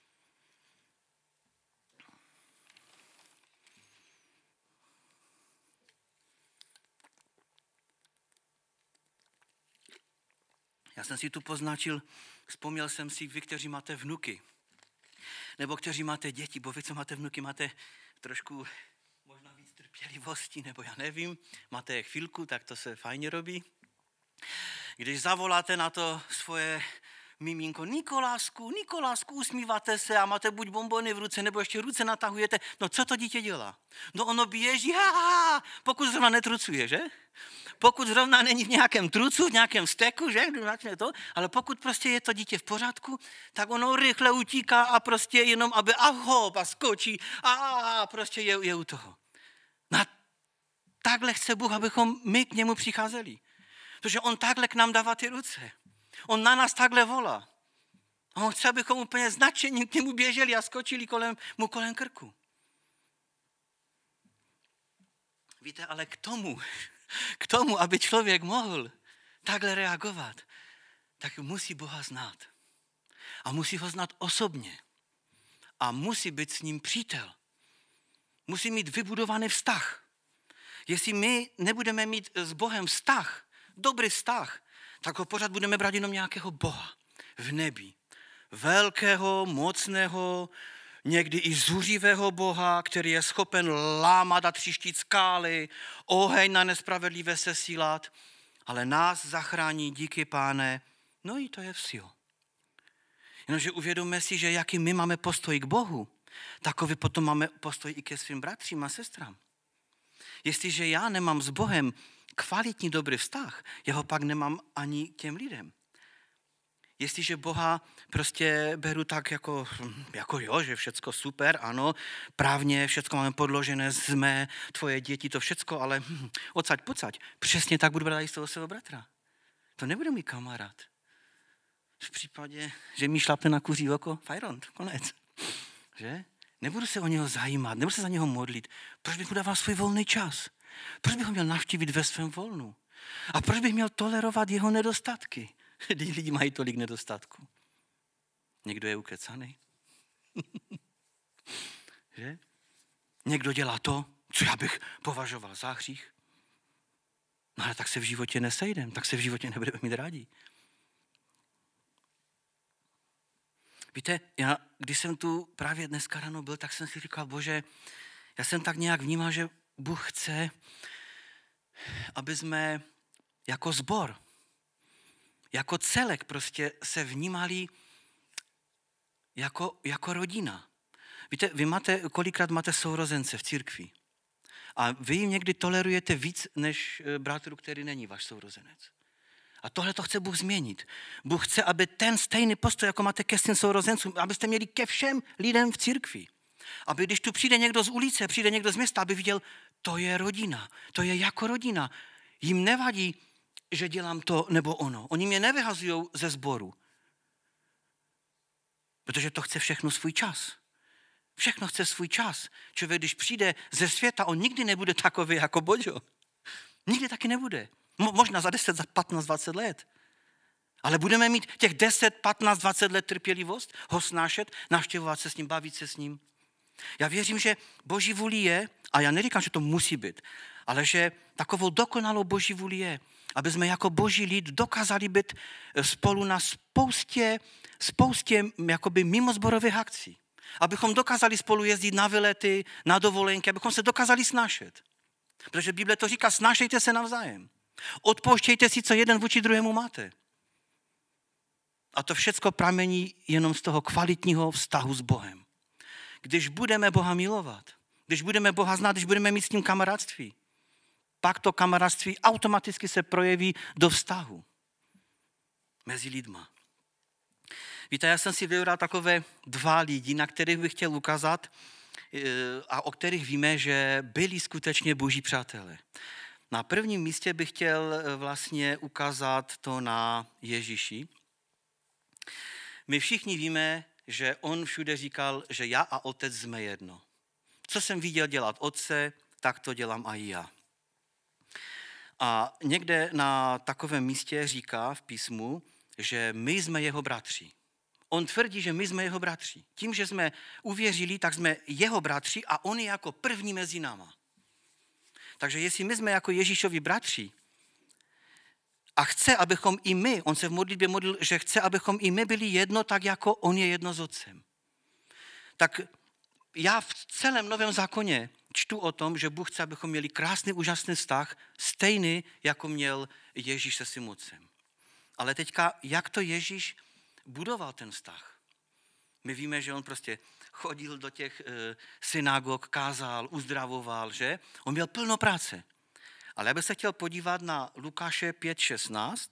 Já jsem si tu poznačil, vzpomněl jsem si, vy, kteří máte vnuky, nebo kteří máte děti, bo vy, co máte vnuky, máte trošku možná víc trpělivosti, nebo já nevím, máte chvilku, tak to se fajně robí. Když zavoláte na to svoje miminko, Nikolásku, usmíváte se a máte buď bonbony v ruce, nebo ještě ruce natahujete, co to dítě dělá? Ono běží, pokud zrovna netrucuje, že? Pokud zrovna není v nějakém trucu, v nějakém steku, že? Ale pokud prostě je to dítě v pořádku, tak ono rychle utíká a prostě jenom, aby a skočí a prostě je u toho. Takhle chce Bůh, abychom my k němu přicházeli. Protože on takhle k nám dává ty ruce. On na nás takhle volá. A on chce, abychom úplně značení k němu běželi a skočili kolem krku. Víte, ale k tomu, aby člověk mohl takhle reagovat, tak musí Boha znát. A musí ho znát osobně. A musí být s ním přítel. Musí mít vybudovaný vztah. Jestli my nebudeme mít s Bohem vztah, dobrý vztah, tak ho pořád budeme brát jenom nějakého Boha v nebi. Velkého, mocného, někdy i zuřivého Boha, který je schopen lámat a třištit skály, oheň na nespravedlivé sesílat, ale nás zachrání díky, Páne, no i to je vsio. Jenomže uvědomme si, že jaký my máme postoj k Bohu, takový potom máme postoj i ke svým bratřím a sestrám. Jestliže já nemám s Bohem kvalitní dobrý vztah, já ho pak nemám ani k těm lidem. Jestliže Boha prostě beru tak jako jo, že všecko super, ano, právně všecko máme podložené, jsme tvoje děti, to všecko, ale odsaď pocať, přesně tak budu brát i z toho svého bratra. To nebude můj kamarád. V případě, že mi šlapne na kuří oko, fajront, konec. Že? Nebudu se o něho zajímat, nebudu se za něho modlit. Proč bych mu dával svůj volný čas? Proč bych ho měl navštívit ve svém volnu? A proč bych měl tolerovat jeho nedostatky? Když lidi mají tolik nedostatků. Někdo je ukecaný. Že? Někdo dělá to, co já bych považoval za hřích. No ale tak se v životě nesejdem, tak se v životě nebudeme mít rádi. Víte, já, když jsem tu právě dneska ráno byl, tak jsem si říkal, Bože, já jsem tak nějak vnímal, že Bůh chce, aby jsme jako sbor, jako celek prostě se vnímali jako rodina. Víte, kolikrát máte sourozence v církvi a vy jim někdy tolerujete víc než bratru, který není váš sourozenec. A tohle to chce Bůh změnit. Bůh chce, aby ten stejný postoj, jako máte ke svým sourozencům, abyste měli ke všem lidem v církvi. Aby když tu přijde někdo z ulice, přijde někdo z města, aby viděl, to je rodina, to je jako rodina. Jim nevadí, že dělám to nebo ono. Oni mě nevyhazují ze sboru. Protože to chce všechno svůj čas. Všechno chce svůj čas. Člověk, když přijde ze světa, on nikdy nebude takový jako Boďo. Nikdy taky nebude. Možná za 10, za 15, 20 let. Ale budeme mít těch 10, 15, 20 let trpělivost, ho snášet, navštěvovat se s ním, bavit se s ním. Já věřím, že Boží vůli je, a já neříkám, že to musí být, ale že takovou dokonalou Boží vůli je, aby jsme jako Boží lid dokázali být spolu na spoustě jakoby mimozborových akcí. Abychom dokázali spolu jezdit na vylety, na dovolenky, abychom se dokázali snášet. Protože Bible to říká, snášejte se navzájem. Odpouštějte si, co jeden vůči druhému máte. A to všecko pramení jenom z toho kvalitního vztahu s Bohem. Když budeme Boha milovat, když budeme Boha znát, když budeme mít s ním kamarádství, pak to kamarádství automaticky se projeví do vztahu mezi lidma. Víte, já jsem si vybral takové 2 lidi, na kterých bych chtěl ukázat a o kterých víme, že byli skutečně Boží přátelé. Na prvním místě bych chtěl vlastně ukázat to na Ježíši. My všichni víme, že on všude říkal, že já a otec jsme jedno. Co jsem viděl dělat otce, tak to dělám i já. A někde na takovém místě říká v písmu, že my jsme jeho bratři. On tvrdí, že my jsme jeho bratři. Tím, že jsme uvěřili, tak jsme jeho bratři a on je jako první mezi náma. Takže jestli my jsme jako Ježíšovi bratři a chce, abychom i my, on se v modlitbě modlil, že chce, abychom i my byli jedno, tak jako on je jedno s otcem. Tak já v celém Novém zákoně čtu o tom, že Bůh chce, abychom měli krásný, úžasný vztah, stejný, jako měl Ježíš se svým otcem. Ale teďka, jak to Ježíš budoval ten vztah? My víme, že on prostě chodil do těch synagog, kázal, uzdravoval, že? On měl plno práce. Ale já bych se chtěl podívat na Lukáše 5.16,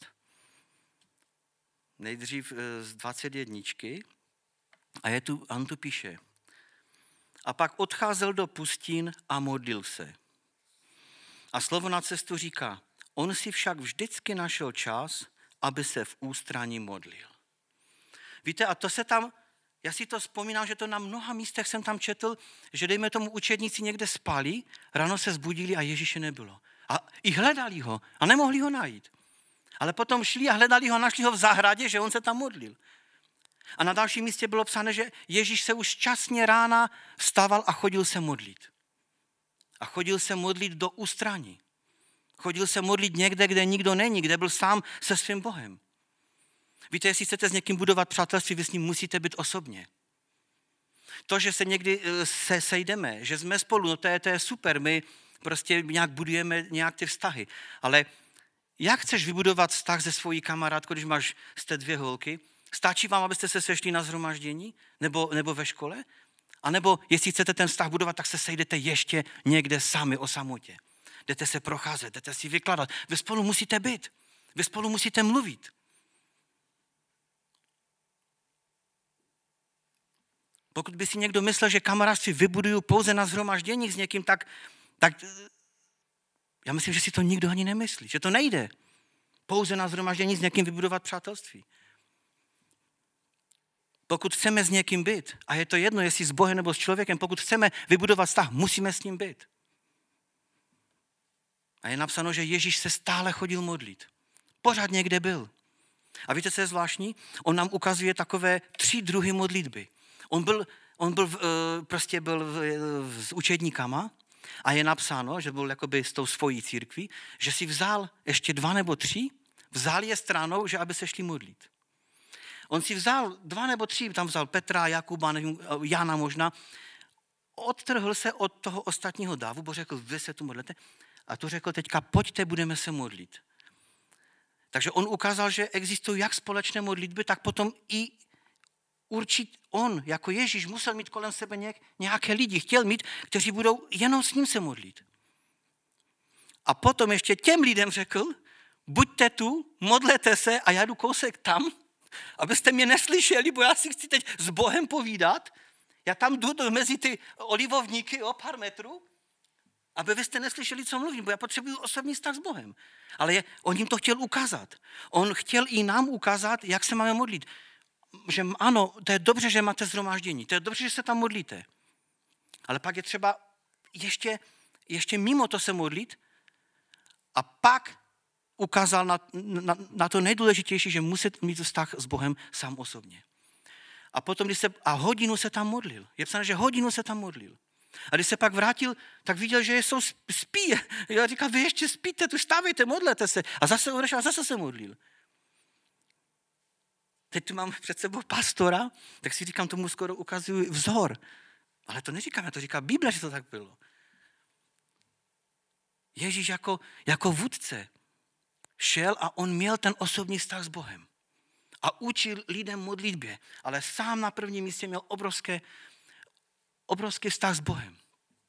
nejdřív z 21. A on tu píše. A pak odcházel do pustin a modlil se. A slovo na cestu říká, on si však vždycky našel čas, aby se v ústraní modlil. Víte, a to se tam, já si to vzpomínám, že to na mnoha místech jsem tam četl, že dejme tomu učedníci někde spali, ráno se zbudili a Ježíše nebylo. A i hledali ho a nemohli ho najít. Ale potom šli a hledali ho, našli ho v zahradě, že on se tam modlil. A na dalším místě bylo psáno, že Ježíš se už časně rána vstával a chodil se modlit. A chodil se modlit do ústraní. Chodil se modlit někde, kde nikdo není, kde byl sám se svým Bohem. Víte, jestli chcete s někým budovat přátelství, vy s ním musíte být osobně. To, že se někdy sejdeme, že jsme spolu, no to je super, my prostě nějak budujeme nějak ty vztahy. Ale jak chceš vybudovat vztah se svojí kamarádkou, když jste 2 holky? Stačí vám, abyste se sešli na shromaždění nebo ve škole? A nebo jestli chcete ten vztah budovat, tak se sejdete ještě někde sami o samotě. Jdete se procházet, jdete si vykladat. Vy spolu musíte být. Vy spolu musíte mluvit. Pokud by si někdo myslel, že kamarádství vybudují pouze na shromažděních s někým, tak já myslím, že si to nikdo ani nemyslí. Že to nejde pouze na shromaždění s někým vybudovat přátelství. Pokud chceme s někým být, a je to jedno, jestli s Bohem nebo s člověkem, pokud chceme vybudovat vztah, musíme s ním být. A je napsáno, že Ježíš se stále chodil modlit. Pořád někde byl. A víte, co je zvláštní? On nám ukazuje takové 3 druhy modlitby. On byl s učedníkama a je napsáno, že byl jakoby s tou svojí církví, že si vzal ještě 2 nebo 3, vzal je stranou, že aby se šli modlit. On si vzal 2 nebo 3, tam vzal Petra, Jakuba, nevím, Jana možná, odtrhl se od toho ostatního davu, bo řekl, vy se tu modlete, a tu řekl teďka, pojďte, budeme se modlit. Takže on ukázal, že existují jak společné modlitby, tak potom i určitě on, jako Ježíš, musel mít kolem sebe nějaké lidi, chtěl mít, kteří budou jenom s ním se modlit. A potom ještě těm lidem řekl, buďte tu, modlete se a já jdu kousek tam, abyste mě neslyšeli, bo já si chci teď s Bohem povídat. Já tam jdu mezi ty olivovníky o pár metrů, aby vy jste neslyšeli, co mluvím, bo já potřebuji osobní vztah s Bohem. Ale on jim to chtěl ukázat. On chtěl i nám ukázat, jak se máme modlit. Že ano, to je dobře, že máte shromáždění, to je dobře, že se tam modlíte. Ale pak je třeba ještě mimo to se modlit a pak ukázal na to nejdůležitější, že musíte mít vztah s Bohem sám osobně. A potom, hodinu se tam modlil. Je psáno, že hodinu se tam modlil. A když se pak vrátil, tak viděl, že jsou spí. Já říkal, vy ještě spíte, tu stávejte, modlete se. A zase odešel a zase se modlil. Teď tu mám před sebou pastora, tak si říkám, tomu skoro ukazuju vzor. Ale to neříkáme, to říká Bible, že to tak bylo. Ježíš jako vůdce šel a on měl ten osobní vztah s Bohem. A učil lidem modlitbě, ale sám na prvním místě měl obrovský vztah s Bohem.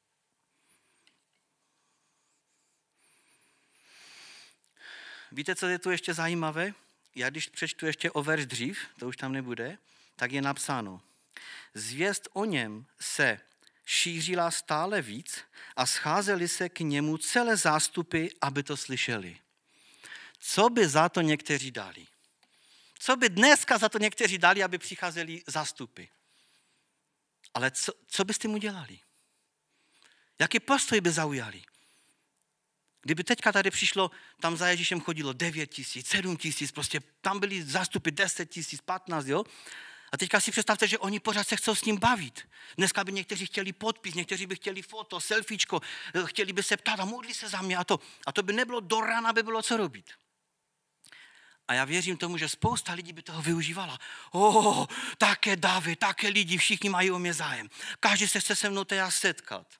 Víte, co je tu ještě zajímavé? Já když přečtu ještě o verš dřív, to už tam nebude, tak je napsáno. Zvěst o něm se šířila stále víc a scházeli se k němu celé zástupy, aby to slyšeli. Co by za to někteří dali? Co by dneska za to někteří dali, aby přicházeli zástupy? Ale co byste mu dělali? Jaký postoj by zaujali? Kdyby teďka tady přišlo, tam za Ježíšem chodilo 9 000, 7 000, prostě tam byly zástupy 10 000, 15, jo? A teďka si představte, že oni pořád se chcou s ním bavit. Dneska by někteří chtěli podpis, někteří by chtěli foto, selfiečko, chtěli by se ptát a modli se za mě a to by nebylo do rána, by bylo co robit. A já věřím tomu, že spousta lidí by toho využívala. Také davy, také lidi, všichni mají o mě zájem. Každý se chce se mnou teda setkat.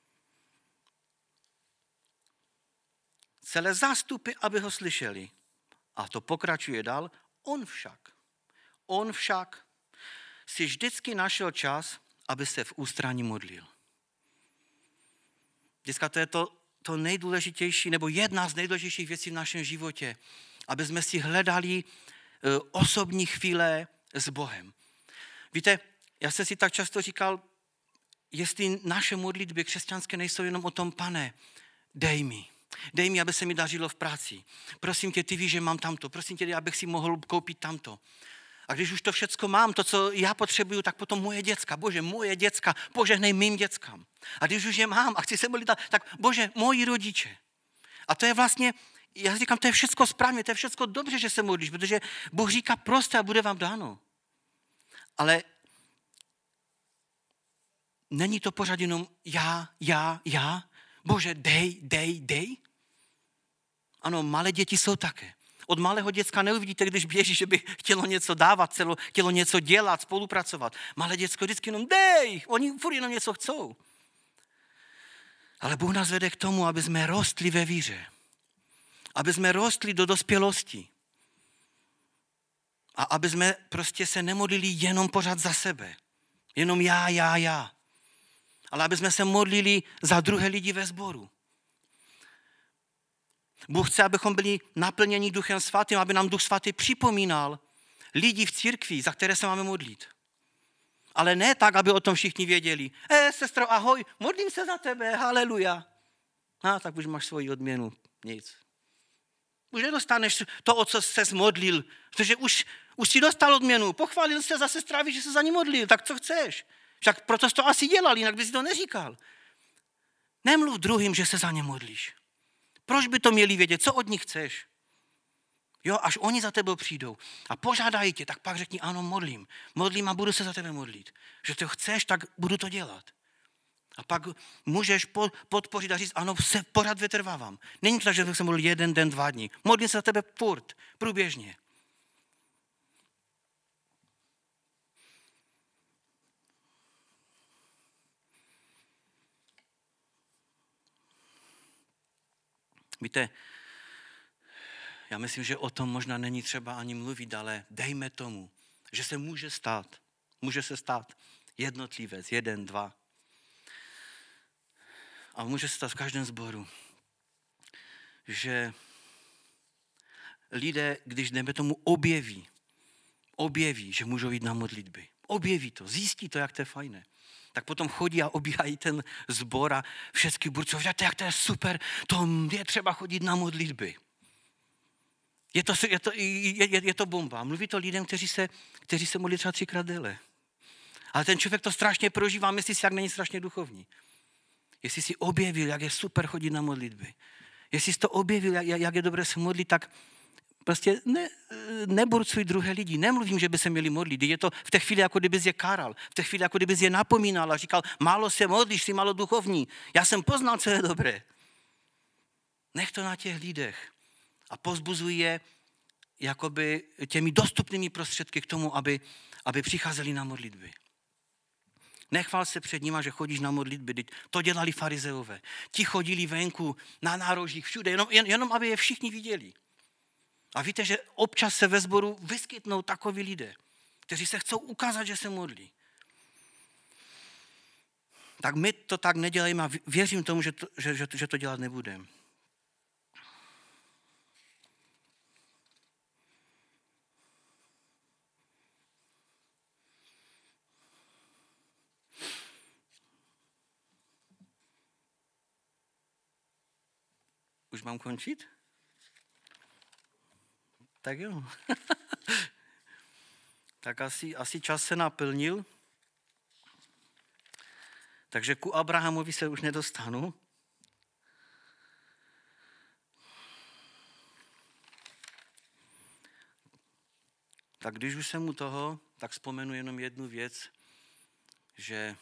Celé zástupy, aby ho slyšeli. A to pokračuje dál. On však si vždycky našel čas, aby se v ústraní modlil. Dneska to je to nejdůležitější, nebo jedna z nejdůležitějších věcí v našem životě, aby jsme si hledali osobní chvíle s Bohem. Víte, já jsem si tak často říkal, jestli naše modlitby křesťanské nejsou jenom o tom, Pane, dej mi, aby se mi dařilo v práci. Prosím tě, ty víš, že mám tamto. Prosím tě, abych si mohl koupit tamto. A když už to všecko mám, to, co já potřebuju, tak potom moje děcka, požehnej mým dětskám. A když už je mám a chci se modlit, tak Bože, moji rodiče. A to je vlastně, já říkám, to je všecko správně, to je všecko dobře, že se modlíš, protože Bůh říká prostě a bude vám dáno. Ale není to pořád jenom já. Bože, dej. Ano, malé děti jsou také. Od malého děcka neuvidíte, když běží, že by chtělo něco dávat, chtělo něco dělat, spolupracovat. Malé děcko vždycky jenom dej, oni furt jenom něco chcou. Ale Bůh nás vede k tomu, aby jsme rostli ve víře. Aby jsme rostli do dospělosti. A aby jsme prostě se nemodlili jenom pořád za sebe. Jenom já. Ale aby jsme se modlili za druhé lidi ve sboru. Bůh chce, abychom byli naplněni Duchem Svatým, aby nám Duch Svatý připomínal lidi v církvi, za které se máme modlit. Ale ne tak, aby o tom všichni věděli. Sestro, ahoj, modlím se za tebe, haleluja. Tak už máš svoji odměnu, nic. Už nedostaneš to, o co ses modlil, protože už si dostal odměnu, pochválil se za sestrávi, že se za ní modlil, tak co chceš? Však proto jsi to asi dělal, jinak bys to neříkal. Nemluv druhým, že se za ně modlíš. Proč by to měli vědět? Co od nich chceš? Jo, až oni za tebou přijdou a požádají tě, tak pak řekni, ano, modlím a budu se za tebe modlit. Že to chceš, tak budu to dělat. A pak můžeš podpořit a říct, ano, se pořád vytrvávám. Není to tak, že bych se modlil 1 den, 2 dny. Modlím se za tebe furt, průběžně. Víte, já myslím, že o tom možná není třeba ani mluvit, ale dejme tomu, že se může se stát jednotlivec, 1, 2. A může se stát v každém sboru, že lidé, když jdeme tomu objeví, že můžou jít na modlitby. Objeví to, zjistí to, jak to je fajné. Tak potom chodí a obíhají ten sbor a všechny burcové, vidíte, jak to je super, to je třeba chodit na modlitby. Je to bomba. Mluví to lidem, kteří se modlí třeba 3krát déle. Ale ten člověk to strašně prožívá, myslí si, jak není strašně duchovní. Jestli si objevil, jak je super chodit na modlitby, jestli jsi to objevil, jak je dobré se modlit, tak prostě neburcuj druhé lidi. Nemluvím, že by se měli modlit. Je to v té chvíli, jako kdybys je káral. V té chvíli, jako kdybys je napomínal a říkal, málo se modlíš, jsi málo duchovní. Já jsem poznal, co je dobré. Nech to na těch lidech. A povzbuzuj je jakoby těmi dostupnými prostředky k tomu, aby přicházeli na modlitby. Nechvál se před nima, že chodíš na modlitby. To dělali farizeové. Ti chodili venku, na nárožích, všude, jenom aby je všichni viděli. A víte, že občas se ve sboru vyskytnou takoví lidé, kteří se chcou ukázat, že se modlí. Tak my to tak nedělejme a věřím tomu, že to dělat nebudeme. Už mám končit? Tak jo. Tak asi čas se naplnil. Takže ku Abrahamovi se už nedostanu. Tak když už jsem u toho, tak vzpomenu jenom jednu věc, že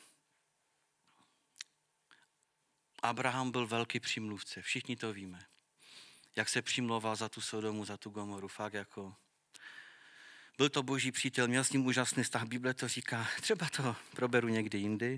Abraham byl velký přímluvce, všichni to víme. Jak se přimlouval za tu Sodomu, za tu Gomoru, fakt jako. Byl to boží přítel, měl s ním úžasný vztah, Bible to říká, třeba to proberu někdy jindy.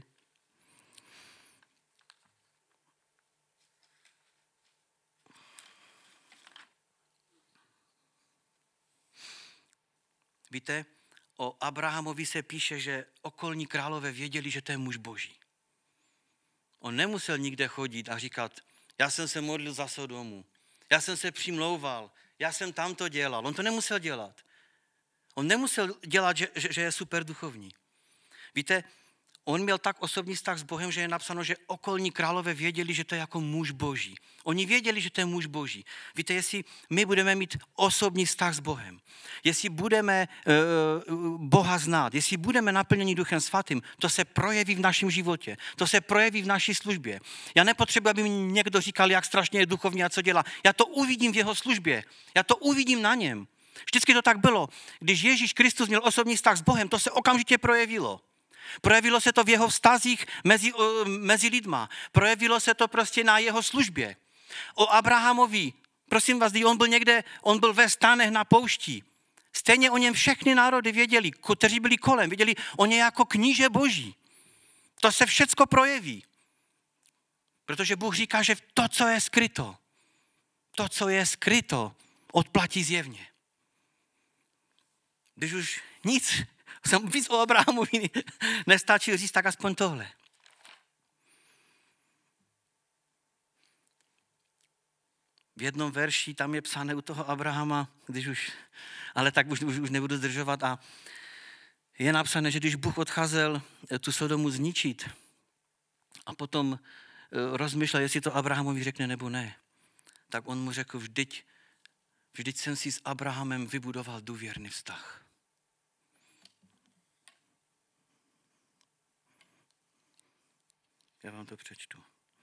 Víte, o Abrahamovi se píše, že okolní králové věděli, že to je muž boží. On nemusel nikde chodit a říkat, já jsem se modlil za Sodomu, já jsem se přimlouval, já jsem tam to dělal. On to nemusel dělat. On nemusel dělat, že je super duchovní. Víte, on měl tak osobní vztah s Bohem, že je napsáno, že okolní králové věděli, že to je jako muž boží. Oni věděli, že to je muž boží. Víte, jestli my budeme mít osobní vztah s Bohem, jestli budeme Boha znát, jestli budeme naplněni Duchem Svatým, to se projeví v našem životě, to se projeví v naší službě. Já nepotřebuji, aby mi někdo říkal, jak strašně je duchovní a co dělá. Já to uvidím v jeho službě, já to uvidím na něm. Vždycky to tak bylo. Když Ježíš Kristus měl osobní vztah s Bohem, to se okamžitě projevilo. Projevilo se to v jeho vztazích mezi lidma. Projevilo se to prostě na jeho službě. O Abrahamovi, prosím vás, on byl ve stanech na poušti. Stejně o něm všechny národy věděli, kteří byli kolem, věděli o něj jako kníže boží. To se všecko projeví. Protože Bůh říká, že to, co je skryto, odplatí zjevně. Když už víc o Abrahamovi nestačil říct, tak aspoň tohle. V jednom verši tam je psané u toho Abrahama, ale tak už nebudu zdržovat, a je napsané, že když Bůh odcházel tu Sodomu zničit a potom rozmýšlel, jestli to Abrahamovi řekne nebo ne, tak on mu řekl, vždyť jsem si s Abrahamem vybudoval důvěrný vztah. Já vám to přečtu.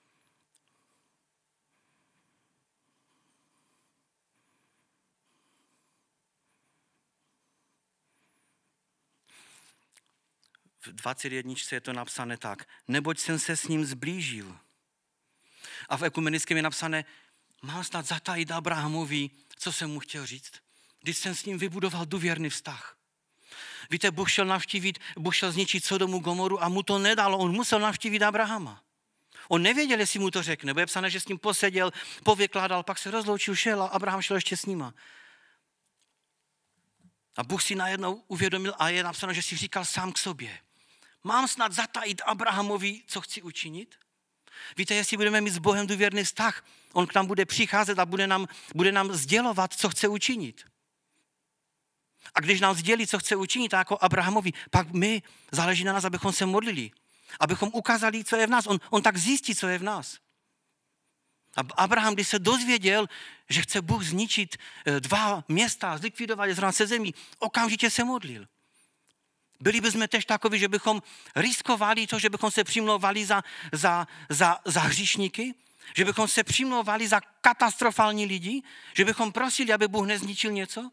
V 21. je to napsané tak. Neboť jsem se s ním zblížil. A v ekumenickém je napsané, mám snad zatajit Abrahamovi, co jsem mu chtěl říct. Když jsem s ním vybudoval důvěrný vztah. Víte, Bůh šel zničit Sodomu, Gomoru a mu to nedalo. On musel navštívit Abrahama. On nevěděl, jestli mu to řekne. Bo je psané, že s ním poseděl, povykládal, pak se rozloučil, šel a Abraham šel ještě s nima. A Bůh si najednou uvědomil a je napsáno, že si říkal sám k sobě. Mám snad zatajit Abrahamovi, co chci učinit? Víte, jestli budeme mít s Bohem důvěrný vztah, on k nám bude přicházet a bude nám sdělovat, co chce učinit. A když nám sdělí, co chce učinit, tak jako Abrahamovi, pak záleží na nás, abychom se modlili. Abychom ukázali, co je v nás. On tak zjistí, co je v nás. A Abraham, když se dozvěděl, že chce Bůh zničit 2 města, zlikvidovat je z zemí, okamžitě se modlil. Byli bychom tež takoví, že bychom riskovali to, že bychom se přimlouvali za hříšníky, že bychom se přimlouvali za katastrofální lidi, že bychom prosili, aby Bůh nezničil něco?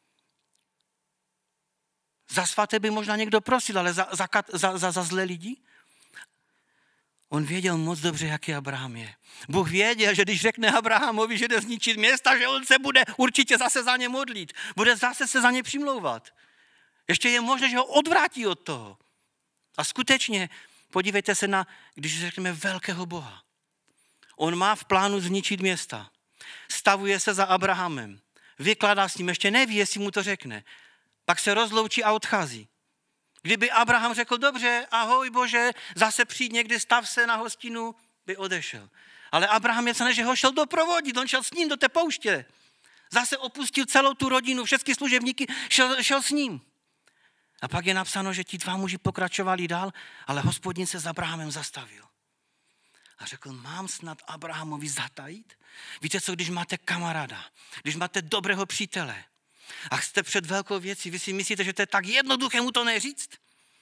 Za svaté by možná někdo prosil, ale za zlé lidi? On věděl moc dobře, jaký Abraham je. Bůh věděl, že když řekne Abrahamovi, že jde zničit města, že on se bude určitě zase za ně modlit. Bude zase se za ně přimlouvat. Ještě je možné, že ho odvrátí od toho. A skutečně, podívejte se když řekneme velkého Boha. On má v plánu zničit města. Stavuje se za Abrahamem. Vykládá s ním, ještě neví, jestli mu to řekne. Pak se rozloučí a odchází. Kdyby Abraham řekl, dobře, ahoj Bože, zase přijď někdy, stav se na hostinu, by odešel. Ale Abraham je psané, že ho šel doprovodit, on šel s ním do té pouště. Zase opustil celou tu rodinu, všechny služebníky, šel s ním. A pak je napsáno, že ti 2 muži pokračovali dál, ale Hospodin se s Abrahamem zastavil. A řekl, mám snad Abrahamovi zatajit? Víte co, když máte kamaráda, když máte dobrého přítele a jste před velkou věcí, vy si myslíte, že to je tak jednoduché mu to neříct?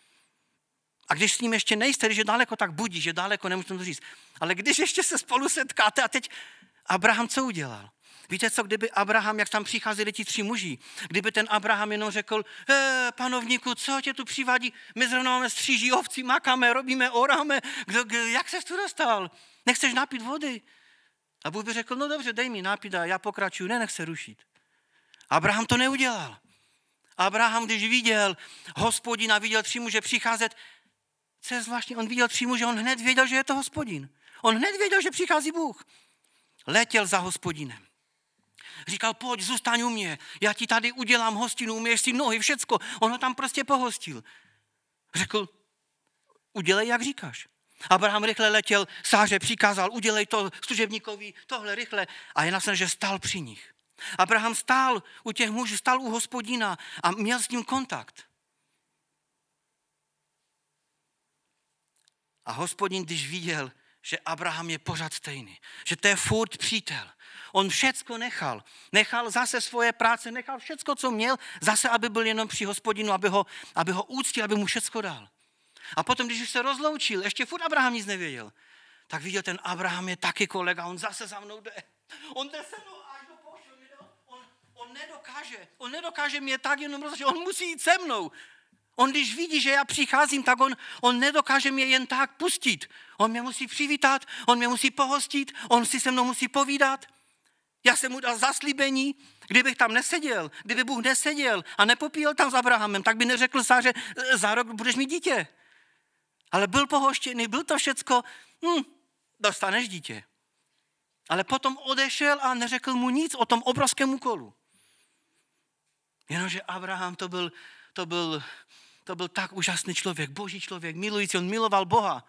A když s ním ještě nejste, když je daleko, tak budí, že daleko, nemůžete to říct. Ale když ještě se spolu setkáte a teď Abraham co udělal? Víte co, kdyby Abraham, jak tam přicházeli ti 3 muži, kdyby ten Abraham jenom řekl, panovníku, co tě tu přivádí? My zrovna máme stříží ovci, makáme, robíme, oráme, jak ses tu dostal? Nechceš napít vody? A Bůh by řekl, no dobře, dej mi napít a já pokračuju, nech se rušit. Abraham to neudělal. Abraham, když viděl Hospodina, viděl 3 muže přicházet, co je zvláštní, on viděl 3 muže, on hned věděl, že je to Hospodin. On hned věděl, že přichází Bůh. Letěl za Hospodinem. Říkal, pojď, zůstaň u mě, já ti tady udělám hostinu, umyješ si nohy, všecko. On ho tam prostě pohostil. Řekl, udělej, jak říkáš. Abraham rychle letěl, Sáře přikázal, udělej to služebníkovi, tohle rychle. A je napsané, že stál při nich. Abraham stál u těch mužů, stál u Hospodina a měl s ním kontakt. A Hospodin, když viděl, že Abraham je pořád stejný, že to je furt přítel, on všecko nechal zase svoje práce, nechal všecko, co měl, zase, aby byl jenom při Hospodinu, aby ho úctil, aby mu všecko dal. A potom, když už se rozloučil, ještě furt Abraham nic nevěděl, tak viděl, ten Abraham je taky kolega, on zase za mnou jde. On jde se mnou až do pouště, on nedokáže mě tak jenom rozhodnout, on musí jít se mnou. On když vidí, že já přicházím, tak on nedokáže mě jen tak pustit. On mě musí přivítat, on mě musí pohostit, on si se mnou musí povídat. Já jsem mu dal zaslíbení, kdybych tam neseděl, kdyby Bůh neseděl a nepopíjel tam s Abrahamem, tak by neřekl Sáře, za rok budeš mít dítě. Ale byl pohoštěný, byl to všecko, dostaneš dítě. Ale potom odešel a neřekl mu nic o tom obrovském úkolu. Jenomže Abraham to byl tak úžasný člověk, boží člověk, milující, on miloval Boha.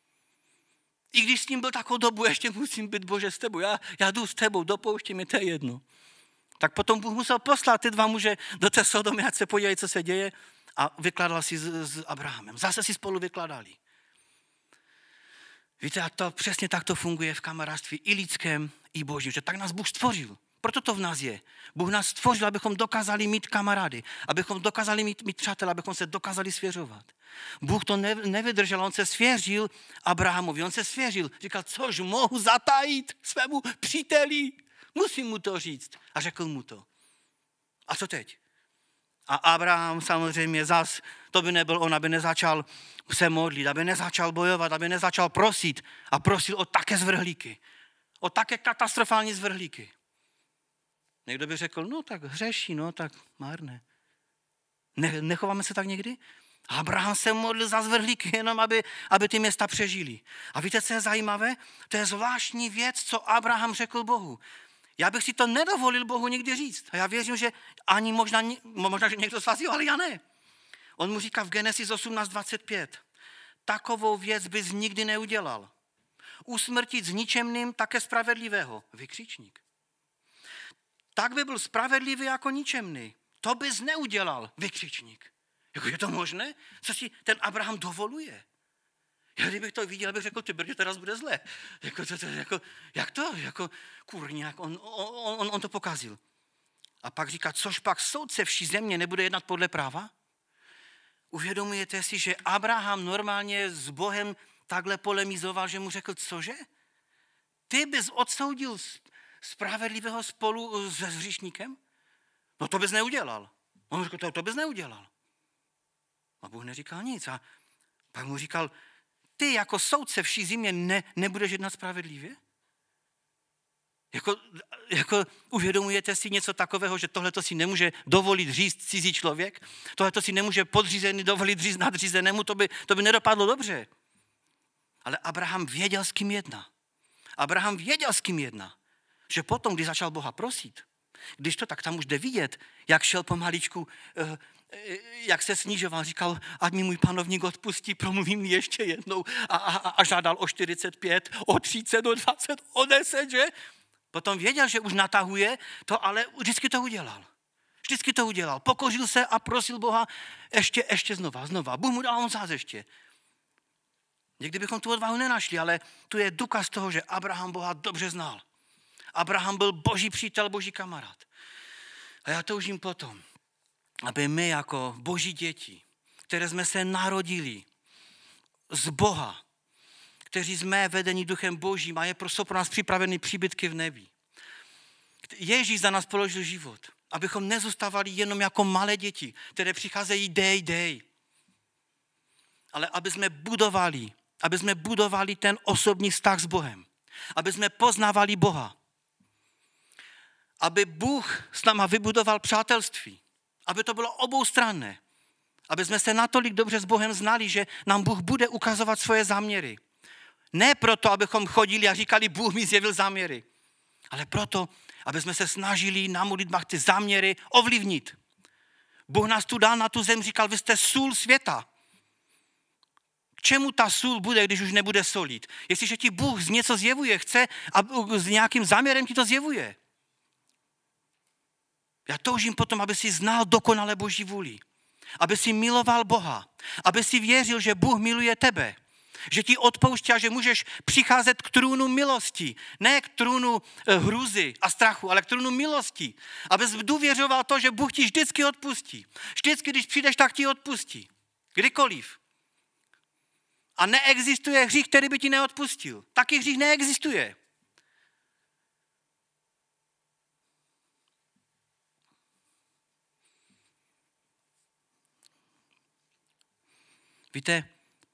I když s ním byl takovou dobu, ještě musím být, Bože, s tebou, já jdu s tebou, do pouště mi, to je jedno. Tak potom Bůh musel poslat ty dva muže do té Sodomy, ať se podívají, co se děje, a vykládal si s Abrahamem. Zase si spolu vykládali. Víte, a to přesně tak to funguje v kamarádství i lidském, i božím, že tak nás Bůh stvořil. Proto to v nás je. Bůh nás stvořil, abychom dokázali mít kamarády, abychom dokázali mít přátelé, abychom se dokázali svěřovat. Bůh to nevydržel, on se svěřil Abrahamovi, on se svěřil, říkal, což mohu zatajit svému příteli, musím mu to říct. A řekl mu to. A co teď? A Abraham samozřejmě zas, to by nebyl on, aby nezačal se modlit, aby nezačal bojovat, aby nezačal prosit a prosil o také zvrhlíky, o také katastrofální zvrhlíky. Někdo by řekl, no tak hřeší, no tak márné. Nechováme se tak někdy? Abraham se modlil za zvrhlíky, jenom aby ty města přežili. A víte, co je zajímavé? To je zvláštní věc, co Abraham řekl Bohu. Já bych si to nedovolil Bohu nikdy říct. A já věřím, že ani možná že někdo z vás, ale já ne. On mu říká v Genesis 18:25. Takovou věc bys nikdy neudělal. Usmrtit s ničemným také spravedlivého. Vykřičník. Tak by byl spravedlivý jako ničemný. To bys neudělal. Vykřičník. Jako je to možné? Co si ten Abraham dovoluje? Já kdybych to viděl, bych řekl, ty brdě, teraz bude zle. Jak to? Kurňák, on to pokazil. A pak říká, což pak soudce vší země nebude jednat podle práva? Uvědomujete si, že Abraham normálně s Bohem takhle polemizoval, že mu řekl, cože? Ty bys odsoudil spravedlivého spolu se hříšníkem? No to bys neudělal. On řekl, to bys neudělal. A Bůh neříkal nic. A pak mu říkal, ty jako soudce vší země nebudeš jednat spravedlivě? Jako uvědomujete si něco takového, že tohleto si nemůže dovolit říct cizí člověk? Tohleto si nemůže podřízený dovolit říct nadřízenému? To by nedopadlo dobře. Ale Abraham věděl, s kým jedná. Abraham věděl, s kým jedná. Že potom, když začal Boha prosit, když to tak tam už jde vidět, jak šel pomaličku, jak se snižoval, říkal, ať mi můj panovník odpustí, promluvím ještě jednou a žádal o 45, o 30, o 20, o 10, že? Potom věděl, že už natahuje to, ale vždycky to udělal. Vždycky to udělal. Pokořil se a prosil Boha ještě znova. Bůh mu dal on zás ještě. Někdy bychom tu odvahu nenašli, ale tu je důkaz toho, že Abraham Boha dobře znal. Abraham byl boží přítel, boží kamarád. A já toužím potom, aby my jako boží děti, které jsme se narodili z Boha, kteří jsme vedení duchem božím a jsou pro nás připraveny příbytky v nebi. Ježíš za nás položil život, abychom nezůstávali jenom jako malé děti, které přicházejí dej. Ale aby jsme budovali ten osobní vztah s Bohem. Aby jsme poznávali Boha. Aby Bůh s náma vybudoval přátelství. Aby to bylo oboustranné. Aby jsme se natolik dobře s Bohem znali, že nám Bůh bude ukazovat svoje záměry. Ne proto, abychom chodili a říkali, Bůh mi zjevil záměry. Ale proto, aby jsme se snažili na modlitbách ty záměry ovlivnit. Bůh nás tu dal na tu zem, říkal, vy jste sůl světa. K čemu ta sůl bude, když už nebude solit? Jestliže ti Bůh z něco zjevuje, chce a s nějakým záměrem ti to zjevuje. Já toužím potom, aby si znal dokonale Boží vůli. Aby si miloval Boha. Aby si věřil, že Bůh miluje tebe. Že ti odpouští a že můžeš přicházet k trůnu milosti. Ne k trůnu hrůzy a strachu, ale k trůnu milosti. Abys důvěřoval to, že Bůh ti vždycky odpustí. Vždycky, když přijdeš, tak ti odpustí. Kdykoliv. A neexistuje hřích, který by ti neodpustil. Taky hřích neexistuje. Víte,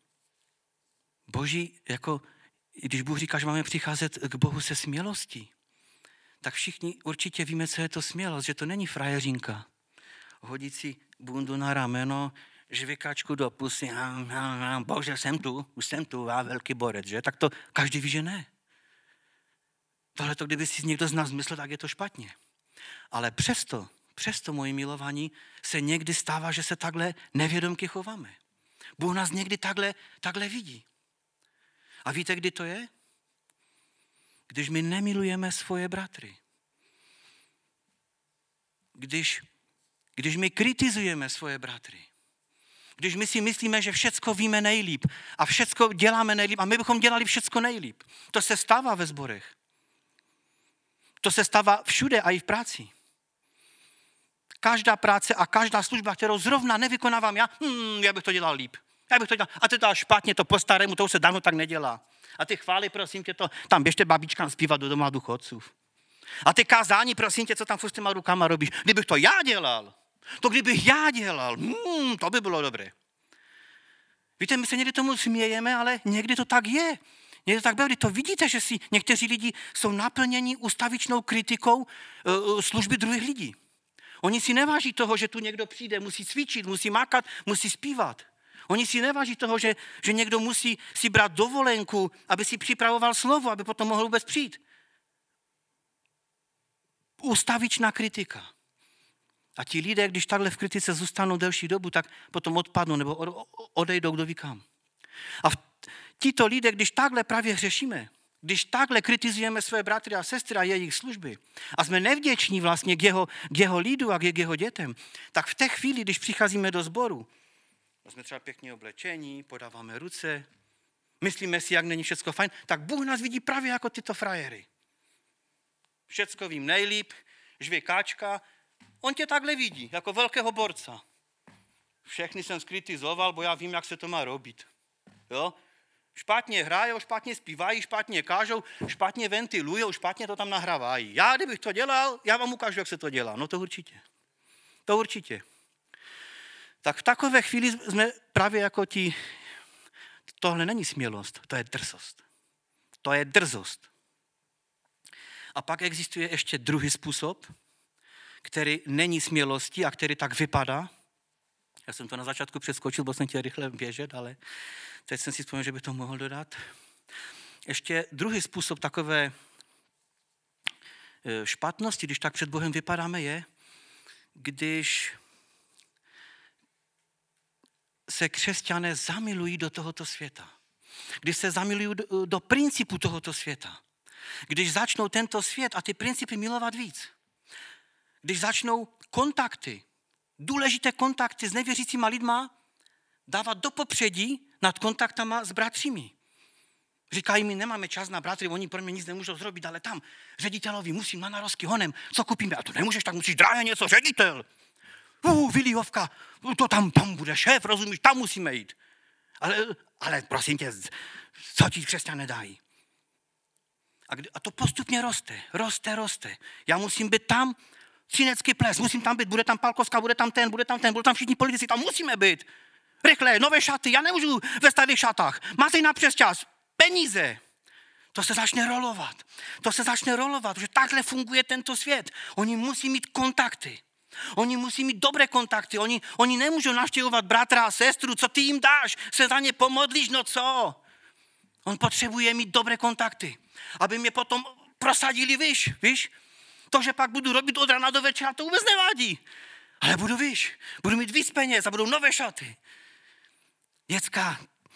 když Bůh říká, že máme přicházet k Bohu se smělostí, tak všichni určitě víme, co je to smělost, že to není frajeřinka. Hodit si bundu na rameno, žvikačku do pusy, bože, už jsem tu, a velký borec, že? Tak to každý ví, že ne. Tohle to, kdyby si někdo z nás myslel, tak je to špatně. Ale přesto, moji milovaní, se někdy stává, že se takhle nevědomky chováme. Bůh nás někdy takhle vidí. A víte, kdy to je? Když my nemilujeme svoje bratry. Když my kritizujeme svoje bratry. Když my si myslíme, že všecko víme nejlíp a všecko děláme nejlíp a my bychom dělali všecko nejlíp. To se stává ve sborech. To se stává všude a i v práci. Každá práce a každá služba, kterou zrovna nevykonávám já bych to dělal líp. A to dělá špatně, to po starému, to už se dávno tak nedělá. A ty chvály, prosím tě, to tam běžte babičkám zpívat do doma důchodců. A ty kázání, prosím tě, co tam furt s těma rukama robíš. Kdybych to já dělal, to by bylo dobré. Víte, my se někdy tomu smějeme, ale někdy to tak je. Někdy to tak bylo, kdy to vidíte, že si někteří lidi jsou naplněni ustavičnou kritikou služby druhých lidí. Oni si neváží toho, že tu někdo přijde, musí cvičit, musí mákat, musí zpívat. Oni si neváží toho, že někdo musí si brát dovolenku, aby si připravoval slovo, aby potom mohl vůbec přijít. Ustavičná kritika. A ti lidé, když takhle v kritice zůstanou delší dobu, tak potom odpadnou nebo odejdou kdo ví kam. A tito lidé, když takhle právě hřešíme, když takhle kritizujeme své bratry a sestry a jejich služby a jsme nevděční vlastně k jeho lidu a k jeho dětem, tak v té chvíli, když přicházíme do sboru, jsme třeba pěkně oblečení, podáváme ruce, myslíme si, jak není všecko fajn, tak Bůh nás vidí právě jako tyto frajery. Všecko vím nejlíp, žvěkáčka, on tě takhle vidí, jako velkého borca. Všechny jsem skritizoval, bo já vím, jak se to má robit. Jo? Špatně hrajou, špatně zpívají, špatně kážou, špatně ventilujou, špatně to tam nahrávají. Já, kdybych to dělal, já vám ukážu, jak se to dělá. No to určitě. To určitě. Tak v takové chvíli jsme právě jako tohle není smělost, to je drzost. To je drzost. A pak existuje ještě druhý způsob, který není smělostí a který tak vypadá. Já jsem to na začátku přeskočil, bo jsem chtěl rychle běžet, ale teď jsem si vzpomněl, že bych to mohl dodat. Ještě druhý způsob takové špatnosti, když tak před Bohem vypadáme, je, když se křesťané zamilují do tohoto světa. Když se zamilují do principu tohoto světa. Když začnou tento svět a ty principy milovat víc. Když začnou kontakty, důležité kontakty s nevěřícíma lidma dávat do popředí nad kontaktama s bratřími. Říkají mi, nemáme čas na bratry, oni pro mě nic nemůžou zrobit, ale tam ředitelovi musím na narozky honem, co koupíme? A to nemůžeš, tak musíš drahé něco, ředitel. Vilihovka, to tam bude šéf, rozumíš, tam musíme jít. Ale prosím tě, co ti křesťané dají? A to postupně roste. Já musím být tam, Třinecký ples, musím tam být, bude tam Palkovská, bude tam budou všichni politici, tam musíme být. Rychle, nové šaty, já nemůžu ve starých šatách, máte na přesčas, peníze. To se začne rolovat, protože takhle funguje tento svět. Oni musí mít kontakty. Oni musí mít dobré kontakty. Oni nemůžou navštěvovat bratra a sestru. Co ty jim dáš? Se za ně pomodlíš? No co? On potřebuje mít dobré kontakty. Aby mě potom prosadili, víš? To, že pak budu robit od rána do večera, to vůbec nevadí. Ale budu mít víc peněz a budou nové šaty. Děcka.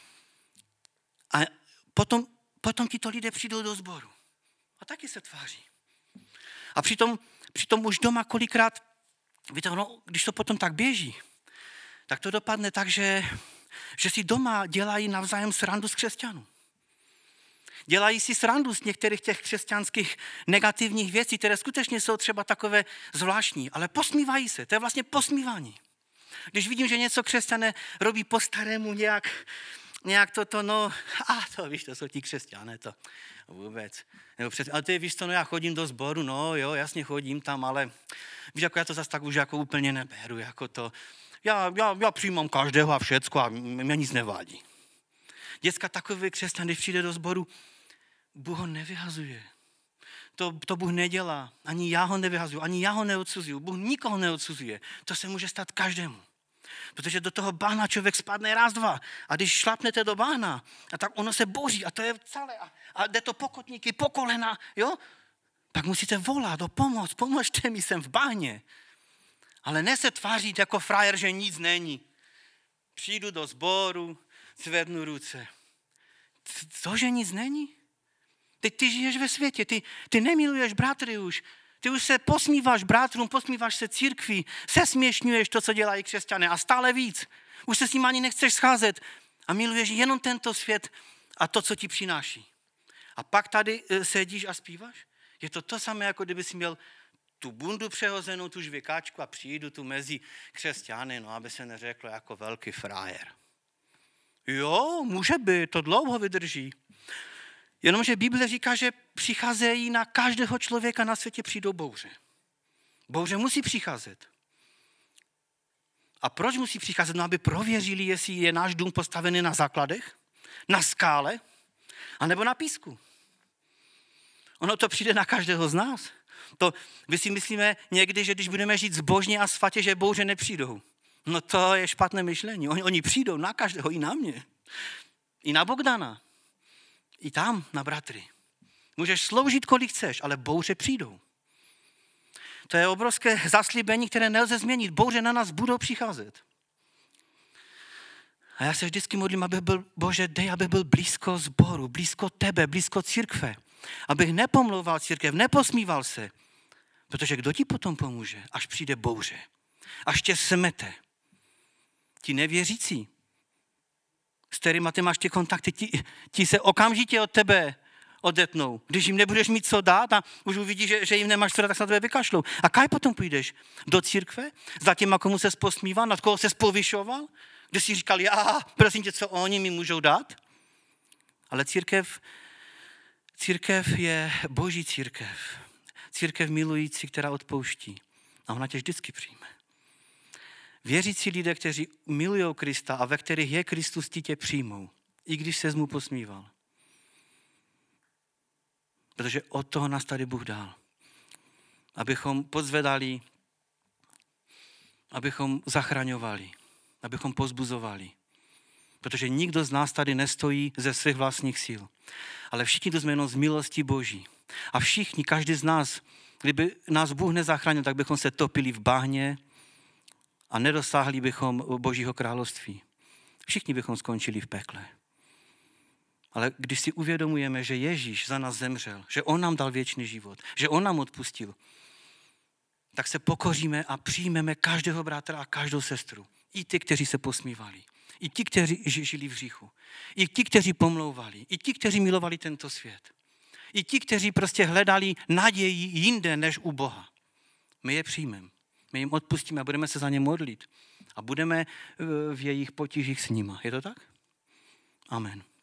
A potom tito lidé přijdou do sboru. A taky se tváří. A přitom už doma kolikrát, víte, když to potom tak běží, tak to dopadne tak, že si doma dělají navzájem srandu z křesťanů. Dělají si srandu z některých těch křesťanských negativních věcí, které skutečně jsou třeba takové zvláštní, ale posmívají se, to je vlastně posmívání. Když vidím, že něco křesťané robí po starému nějak to víš, to jsou ti křesťané, to vůbec. Ale ty víš to, já chodím do sboru, jasně chodím tam, ale víš, jako já to zase tak už jako úplně neberu, jako to, já přijímám každého a všecko a mě nic nevadí. Děcka, takový křesťan, když přijde do sboru, Bůh ho nevyhazuje. To Bůh nedělá. Ani já ho nevyhazuju, ani já ho neodsuzuju. Bůh nikoho neodsuzuje. To se může stát každému. Protože do toho bahna člověk spadne raz, dva. A když šlapnete do bahna, a tak ono se boří a to je celé. A jde to po kotníky, po kolena, jo? Pak musíte volat o pomoc. Pomožte mi, jsem v bahně. Ale ne se tvářit jako frajer, že nic není. Přijdu do sboru, zvednu ruce. Cože nic není? Ty žiješ ve světě, ty nemiluješ bratry už. Ty už se posmíváš bratrům, posmíváš se církvi, sesměšňuješ to, co dělají křesťané a stále víc. Už se s ním ani nechceš scházet a miluješ jenom tento svět a to, co ti přináší. A pak tady sedíš a zpíváš? Je to samé, jako kdyby jsi měl tu bundu přehozenou, tu žvěkáčku a přijdu tu mezi křesťany, no aby se neřeklo jako velký frajer. Jo, může být, to dlouho vydrží. Jenomže Bible říká, že přicházejí na každého člověka na světě přijdou bouře. Bouře musí přicházet. A proč musí přicházet? No, aby prověřili, jestli je náš dům postavený na základech, na skále, anebo na písku. Ono to přijde na každého z nás. Vy si myslíme někdy, že když budeme žít zbožně a svatě, že bouře nepřijdou. No to je špatné myšlení. Oni přijdou na každého, i na mě. I na Bogdana. I tam na bratry. Můžeš sloužit, kolik chceš, ale bouře přijdou. To je obrovské zaslíbení, které nelze změnit. Bouře na nás budou přicházet. A já se vždycky modlím, aby byl, Bože, dej, aby byl blízko sboru, blízko tebe, blízko církve. Abych nepomlouval církev, neposmíval se. Protože kdo ti potom pomůže, až přijde bouře? Až tě smete. Ti nevěřící, s kterýma ty máš ty kontakty, ti se okamžitě od tebe odetnou. Když jim nebudeš mít co dát a už uvidíš, že jim nemáš co dát, tak se na tebe vykašlou. A kaj potom půjdeš? Do církve? Za těma, komu se posmíval? Nad koho se povyšoval? Kde jsi říkal, prosím tě, co oni mi můžou dát? Ale církev je boží církev. Církev milující, která odpouští. A ona tě vždycky přijme. Věřící lidé, kteří milují Krista a ve kterých je Kristus, ti tě přijmou. I když se mu posmíval. Protože od toho nás tady Bůh dal. Abychom pozvedali, abychom zachraňovali, abychom pozbuzovali. Protože nikdo z nás tady nestojí ze svých vlastních sil. Ale všichni tu jsme jenom z milosti Boží. A všichni, každý z nás, kdyby nás Bůh nezachránil, tak bychom se topili v bahně a nedosáhli bychom Božího království. Všichni bychom skončili v pekle. Ale když si uvědomujeme, že Ježíš za nás zemřel, že on nám dal věčný život, že on nám odpustil, tak se pokoříme a přijmeme každého bratra a každou sestru. I ty, kteří se posmívali. I ti, kteří žili v hříchu. I ti, kteří pomlouvali. I ti, kteří milovali tento svět. I ti, kteří prostě hledali naději jinde než u Boha. My je přijmeme. My jim odpustíme a budeme se za ně modlit. A budeme v jejich potížích s nima. Je to tak? Amen.